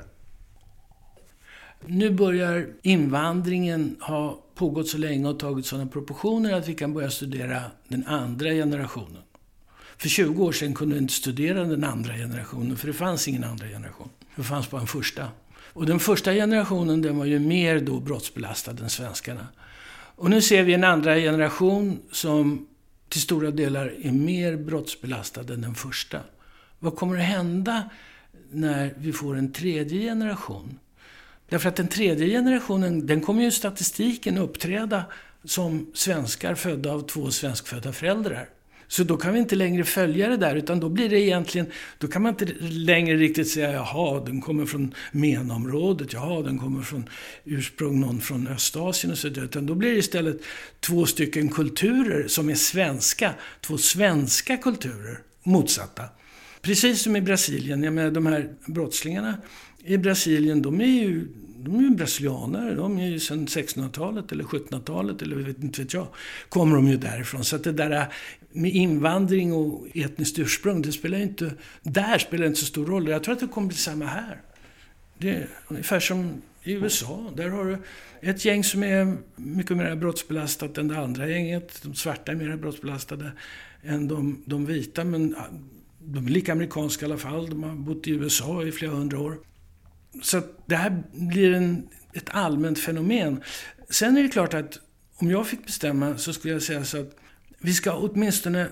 Nu börjar invandringen ha pågått så länge och tagit sådana proportioner att vi kan börja studera den andra generationen. För tjugo år sedan kunde vi inte studera den andra generationen, för det fanns ingen andra generation. Det fanns bara en första. Och den första generationen, den var ju mer då brottsbelastad än svenskarna. Och nu ser vi en andra generation som till stora delar är mer brottsbelastad än den första. Vad kommer att hända när vi får en tredje generation? Därför att den tredje generationen, den kommer ju i statistiken uppträda som svenskar födda av två svenskfödda föräldrar. Så då kan vi inte längre följa det där, utan då blir det egentligen, då kan man inte längre riktigt säga, jaha, den kommer från menområdet, jaha, den kommer från ursprung någon från Östasien och så vidare, utan då blir det istället två stycken kulturer som är svenska, två svenska kulturer, motsatta. Precis som i Brasilien, jag menar de här brottslingarna i Brasilien, de är ju De är ju brasilianare, de är ju sedan sextonhundratalet eller sjuttonhundratalet eller vet inte vet jag, kommer de ju därifrån. Så att det där med invandring och etniskt ursprung, det spelar inte, där spelar inte så stor roll. Jag tror att det kommer bli samma här. Det är ungefär som i U S A. Där har du ett gäng som är mycket mer brottsbelastat än det andra gänget. De svarta är mer brottsbelastade än de, de vita, men de är lika amerikanska i alla fall. De har bott i U S A i flera hundra år. Så att det här blir en, ett allmänt fenomen. Sen är det klart att om jag fick bestämma så skulle jag säga så att vi ska åtminstone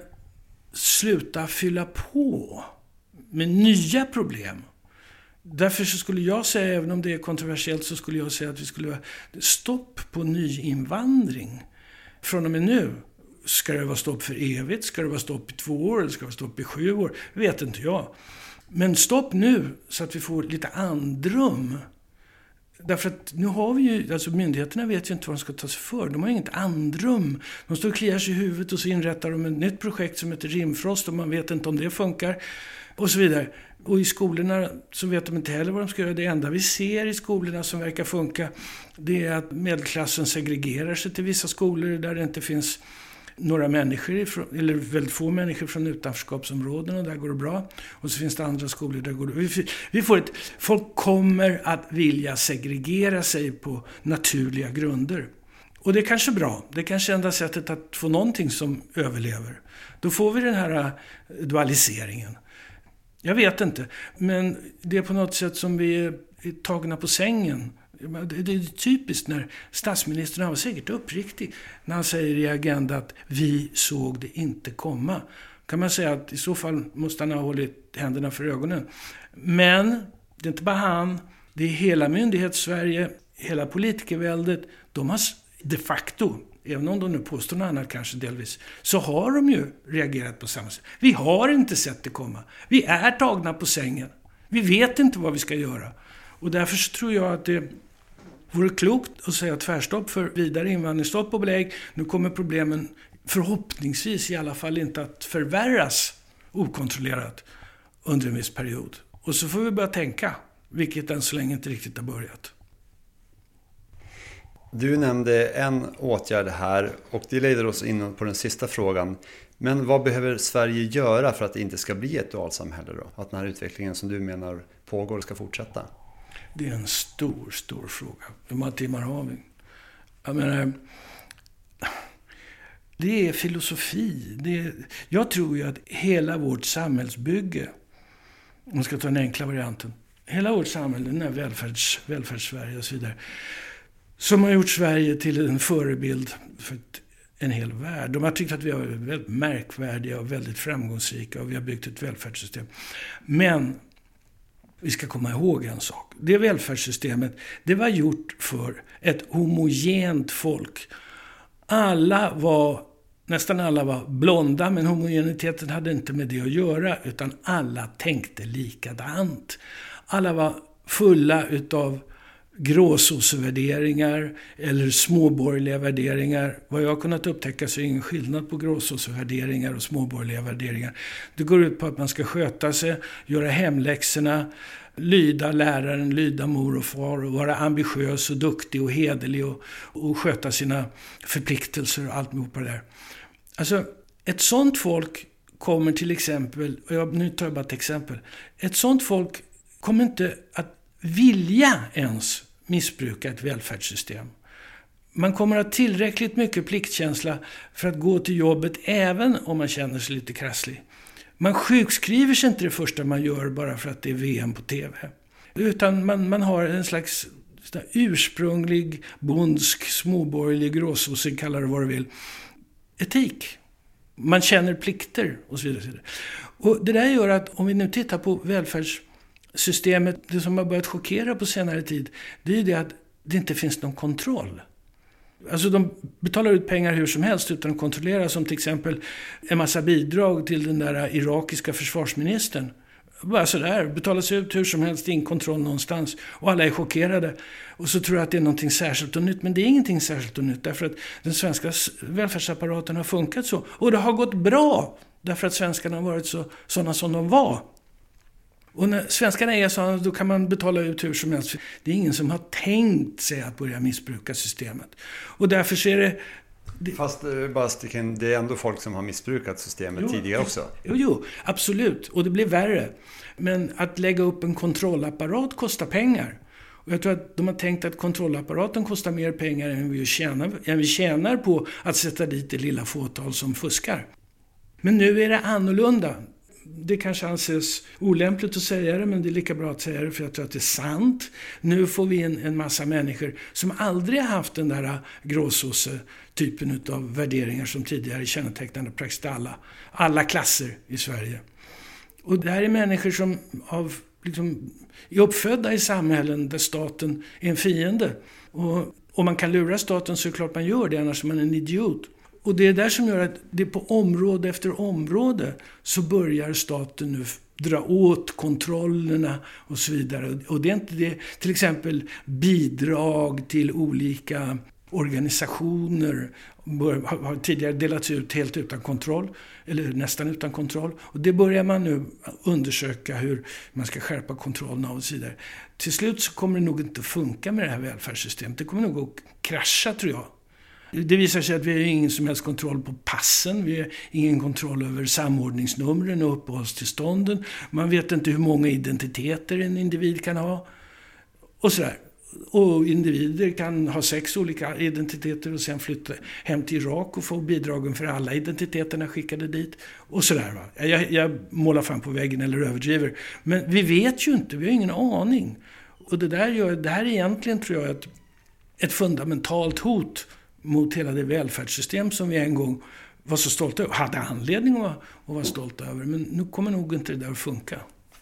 sluta fylla på med nya problem. Därför så skulle jag säga, även om det är kontroversiellt, så skulle jag säga att vi skulle ha stopp på nyinvandring. Från och med nu ska det vara stopp för evigt, ska det vara stopp i två år eller ska det vara stopp i sju år, vet inte jag. Men stopp nu så att vi får lite andrum. Därför att nu har vi ju, alltså myndigheterna vet ju inte vad de ska ta sig för. De har inget andrum. De står och kliar sig i huvudet och så inrättar de ett nytt projekt som heter Rimfrost och man vet inte om det funkar. Och så vidare. Och i skolorna så vet de inte heller vad de ska göra. Det enda vi ser i skolorna som verkar funka, det är att medelklassen segregerar sig till vissa skolor där det inte finns några människor, ifrån, eller väldigt få människor från utanförskapsområden, och där går det bra. Och så finns det andra skolor där går det. Vi, vi får ett, folk kommer att vilja segregera sig på naturliga grunder. Och det är kanske bra. Det är kanske enda sättet att få någonting som överlever. Då får vi den här dualiseringen. Jag vet inte. Men det är på något sätt som vi är tagna på sängen. Det är typiskt när statsministern, han var säkert uppriktig när han säger i Agenda att vi såg det inte komma. Kan man säga att i så fall måste han ha hållit händerna för ögonen. Men det är inte bara han, det är hela myndighets-Sverige, hela politikerväldet. De har de facto, även om de nu påstår något annat kanske delvis, så har de ju reagerat på samma sätt. Vi har inte sett det komma. Vi är tagna på sängen. Vi vet inte vad vi ska göra. Och därför så tror jag att det vore klokt att säga tvärstopp för vidare invandringsstopp på belägg. Nu kommer problemen förhoppningsvis i alla fall inte att förvärras okontrollerat under en viss period. Och så får vi börja tänka, vilket än så länge inte riktigt har börjat. Du nämnde en åtgärd här och det leder oss in på den sista frågan. Men vad behöver Sverige göra för att det inte ska bli ett dualsamhälle då? Att den här utvecklingen som du menar pågår ska fortsätta? Det är en stor, stor fråga. Hur många timmar har vi? Jag menar, det är filosofi. Det är, jag tror ju att hela vårt samhällsbygge, om man ska ta den enkla varianten, hela vårt samhälle, den här välfärds, välfärdssverige och så vidare, som har gjort Sverige till en förebild för en hel värld. De har tyckt att vi är väldigt märkvärdiga och väldigt framgångsrika och vi har byggt ett välfärdssystem. Men vi ska komma ihåg en sak. Det välfärdssystemet, det var gjort för ett homogent folk. Alla var, nästan alla var blonda, men homogeniteten hade inte med det att göra, utan alla tänkte likadant. Alla var fulla utav gråsossevärderingar eller småborgerliga värderingar. Vad jag har kunnat upptäcka så är ingen skillnad på gråsossevärderingar och småborgerliga värderingar. Det går ut på att man ska sköta sig, göra hemläxorna, lyda läraren, lyda mor och far och vara ambitiös och duktig och hederlig och, och sköta sina förpliktelser och allt med på det där. Alltså, ett sånt folk kommer till exempel, och jag, nu tar jag bara ett exempel, ett sånt folk kommer inte att vilja ens missbruka ett välfärdssystem. Man kommer att ha tillräckligt mycket pliktkänsla för att gå till jobbet även om man känner sig lite krasslig. Man sjukskriver sig inte det första man gör bara för att det är V M på tv. Utan man, man har en slags ursprunglig, bondsk, småborgerlig, gråsosse, kallar det vad du vill, etik. Man känner plikter och så vidare. Och det där gör att om vi nu tittar på välfärdssystemet, det som har börjat chockera på senare tid, det är ju det att det inte finns någon kontroll. Alltså de betalar ut pengar hur som helst utan att kontrollera, som till exempel en massa bidrag till den där irakiska försvarsministern. Bara sådär, betalas ut hur som helst, ingen kontroll någonstans. Och alla är chockerade. Och så tror jag att det är någonting särskilt och nytt. Men det är ingenting särskilt och nytt därför att den svenska välfärdsapparaten har funkat så. Och det har gått bra därför att svenskarna har varit så, sådana som de var. Och när svenskarna är sådana, då kan man betala ut hur som helst. Det är ingen som har tänkt sig att börja missbruka systemet. Och därför så är det... det... Fast bara sticken, det är ändå folk som har missbrukat systemet jo, tidigare också. Jo, jo, absolut. Och det blir värre. Men att lägga upp en kontrollapparat kostar pengar. Och jag tror att de har tänkt att kontrollapparaten kostar mer pengar än vi tjänar, än vi tjänar på att sätta dit det lilla fåtal som fuskar. Men nu är det annorlunda. Det kanske anses olämpligt att säga det, men det är lika bra att säga det för jag tror att det är sant. Nu får vi en, en massa människor som aldrig har haft den där gråsosse-typen av värderingar som tidigare kännetecknade praktiskt alla, alla klasser i Sverige. Och det här är människor som av, liksom, är uppfödda i samhällen där staten är en fiende. Och om man kan lura staten så är det klart man gör det, annars är man en idiot. Och det är där som gör att det på område efter område så börjar staten nu dra åt kontrollerna och så vidare. Och det är inte det, till exempel bidrag till olika organisationer bör, har tidigare delats ut helt utan kontroll, eller nästan utan kontroll. Och det börjar man nu undersöka hur man ska skärpa kontrollerna och så vidare. Till slut så kommer det nog inte funka med det här välfärdssystemet. Det kommer nog att krascha, tror jag. Det visar sig att vi har ingen som helst kontroll på passen. Vi har ingen kontroll över samordningsnumren och uppehållstillstånden. Man vet inte hur många identiteter en individ kan ha. Och sådär. Och individer kan ha sex olika identiteter och sen flytta hem till Irak och få bidragen för alla identiteterna skickade dit. Och sådär, va. Jag, jag målar fram på väggen eller överdriver. Men vi vet ju inte, vi har ingen aning. Och det där gör, det här är egentligen, tror jag, ett, ett fundamentalt hot mot hela det välfärdssystem som vi en gång var så stolta över. Hade anledning att vara stolta över. Men nu kommer nog inte det där att funka.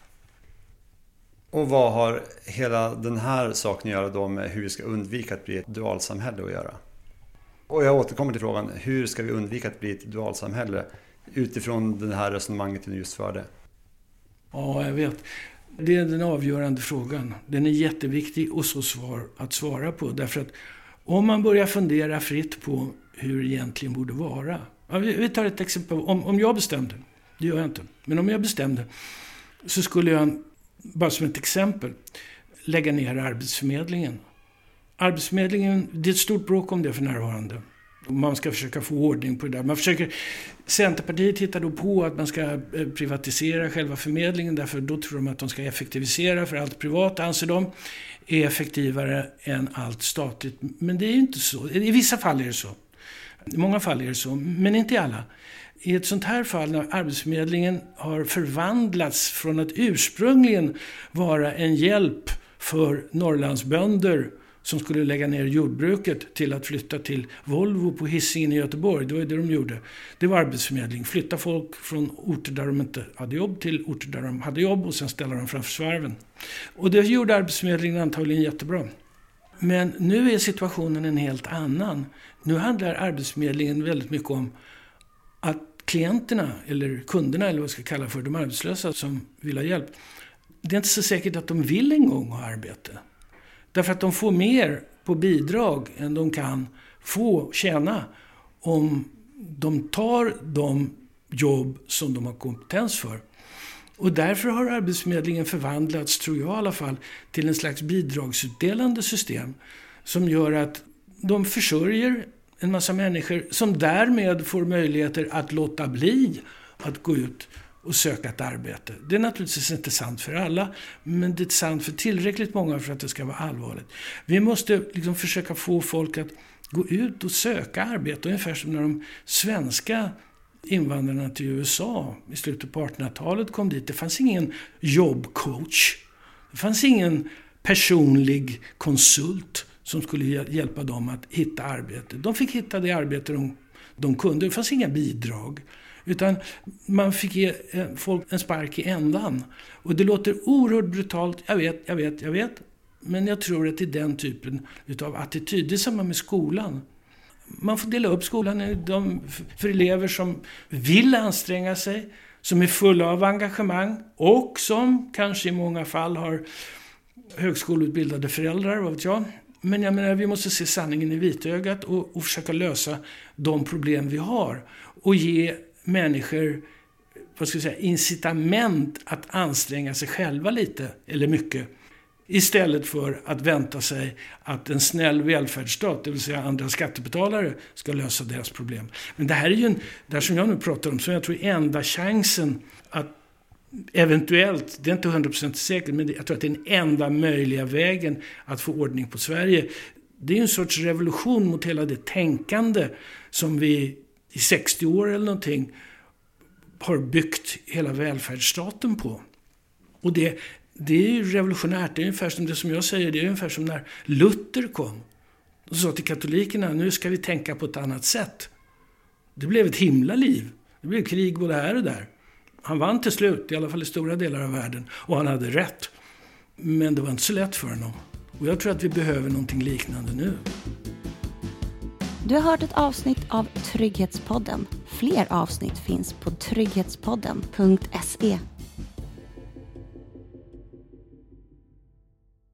Och vad har hela den här saken att göra då med hur vi ska undvika att bli ett dualsamhälle att göra? Och jag återkommer till frågan, hur ska vi undvika att bli ett dualsamhälle utifrån det här resonemanget vi just förde? Ja, jag vet. Det är den avgörande frågan. Den är jätteviktig och så svår att svara på. Därför att om man börjar fundera fritt på hur det egentligen borde vara. Ja, vi tar ett exempel. Om, om jag bestämde, det gör jag inte, men om jag bestämde så skulle jag, bara som ett exempel, lägga ner Arbetsförmedlingen. Arbetsförmedlingen, det är ett stort bråk om det för närvarande. Man ska försöka få ordning på det där. Man försöker, Centerpartiet tittar då på att man ska privatisera själva förmedlingen, därför då tror de att de ska effektivisera, för allt privat anser de är effektivare än allt statligt. Men det är ju inte så. I vissa fall är det så. I många fall är det så, men inte i alla. I ett sånt här fall när Arbetsförmedlingen har förvandlats från att ursprungligen vara en hjälp för Norrlandsbönder som skulle lägga ner jordbruket till att flytta till Volvo på Hisingen i Göteborg. Det var det de gjorde. Det var Arbetsförmedling. Flytta folk från orter där de inte hade jobb till orter där de hade jobb och sen ställa dem framför svarven. Och det gjorde Arbetsförmedlingen antagligen jättebra. Men nu är situationen en helt annan. Nu handlar Arbetsförmedlingen väldigt mycket om att klienterna eller kunderna, eller vad jag ska kalla för, de arbetslösa som vill ha hjälp. Det är inte så säkert att de vill en gång ha arbete. Därför att de får mer på bidrag än de kan få tjäna om de tar de jobb som de har kompetens för. Och därför har Arbetsförmedlingen förvandlats, tror jag i alla fall, till en slags bidragsutdelande system som gör att de försörjer en massa människor som därmed får möjligheter att låta bli att gå ut och söka ett arbete. Det är naturligtvis inte sant för alla, men det är sant för tillräckligt många för att det ska vara allvarligt. Vi måste liksom försöka få folk att gå ut och söka arbete, ungefär som när de svenska invandrarna till U S A i slutet på artonhundratalet kom dit. Det fanns ingen jobbcoach. Det fanns ingen personlig konsult som skulle hjälpa dem att hitta arbete. De fick hitta det arbete de, de kunde. Det fanns inga bidrag. Utan man fick ge folk en spark i ändan. Och det låter oerhört brutalt. Jag vet, jag vet, jag vet. Men jag tror att det är den typen av attityd. Det är samma med skolan. Man får dela upp skolan i de, för elever som vill anstränga sig, som är fulla av engagemang och som kanske i många fall har högskoleutbildade föräldrar, vad vet jag. Men jag menar, vi måste se sanningen i vitögat och, och försöka lösa de problem vi har. Och ge människor, vad ska jag säga, incitament att anstränga sig själva lite, eller mycket. Istället för att vänta sig att en snäll välfärdsstat, det vill säga andra skattebetalare, ska lösa deras problem. Men det här är ju en, det här som jag nu pratar om, som jag tror är enda chansen att eventuellt, det är inte hundra procent säkert, men jag tror att det är den enda möjliga vägen att få ordning på Sverige. Det är en sorts revolution mot hela det tänkande som vi i sextio år eller någonting har byggt hela välfärdsstaten på. Och det, det är ju revolutionärt. Det är ungefär som det som jag säger, det är ungefär som när Luther kom och sa till katolikerna, nu ska vi tänka på ett annat sätt. Det blev ett himla liv. Det blev krig både här och där. Han vann till slut, i alla fall i stora delar av världen. Och han hade rätt. Men det var inte så lätt för honom. Och jag tror att vi behöver någonting liknande nu. Du har hört ett avsnitt av Trygghetspodden. Fler avsnitt finns på trygghetspodden punkt se.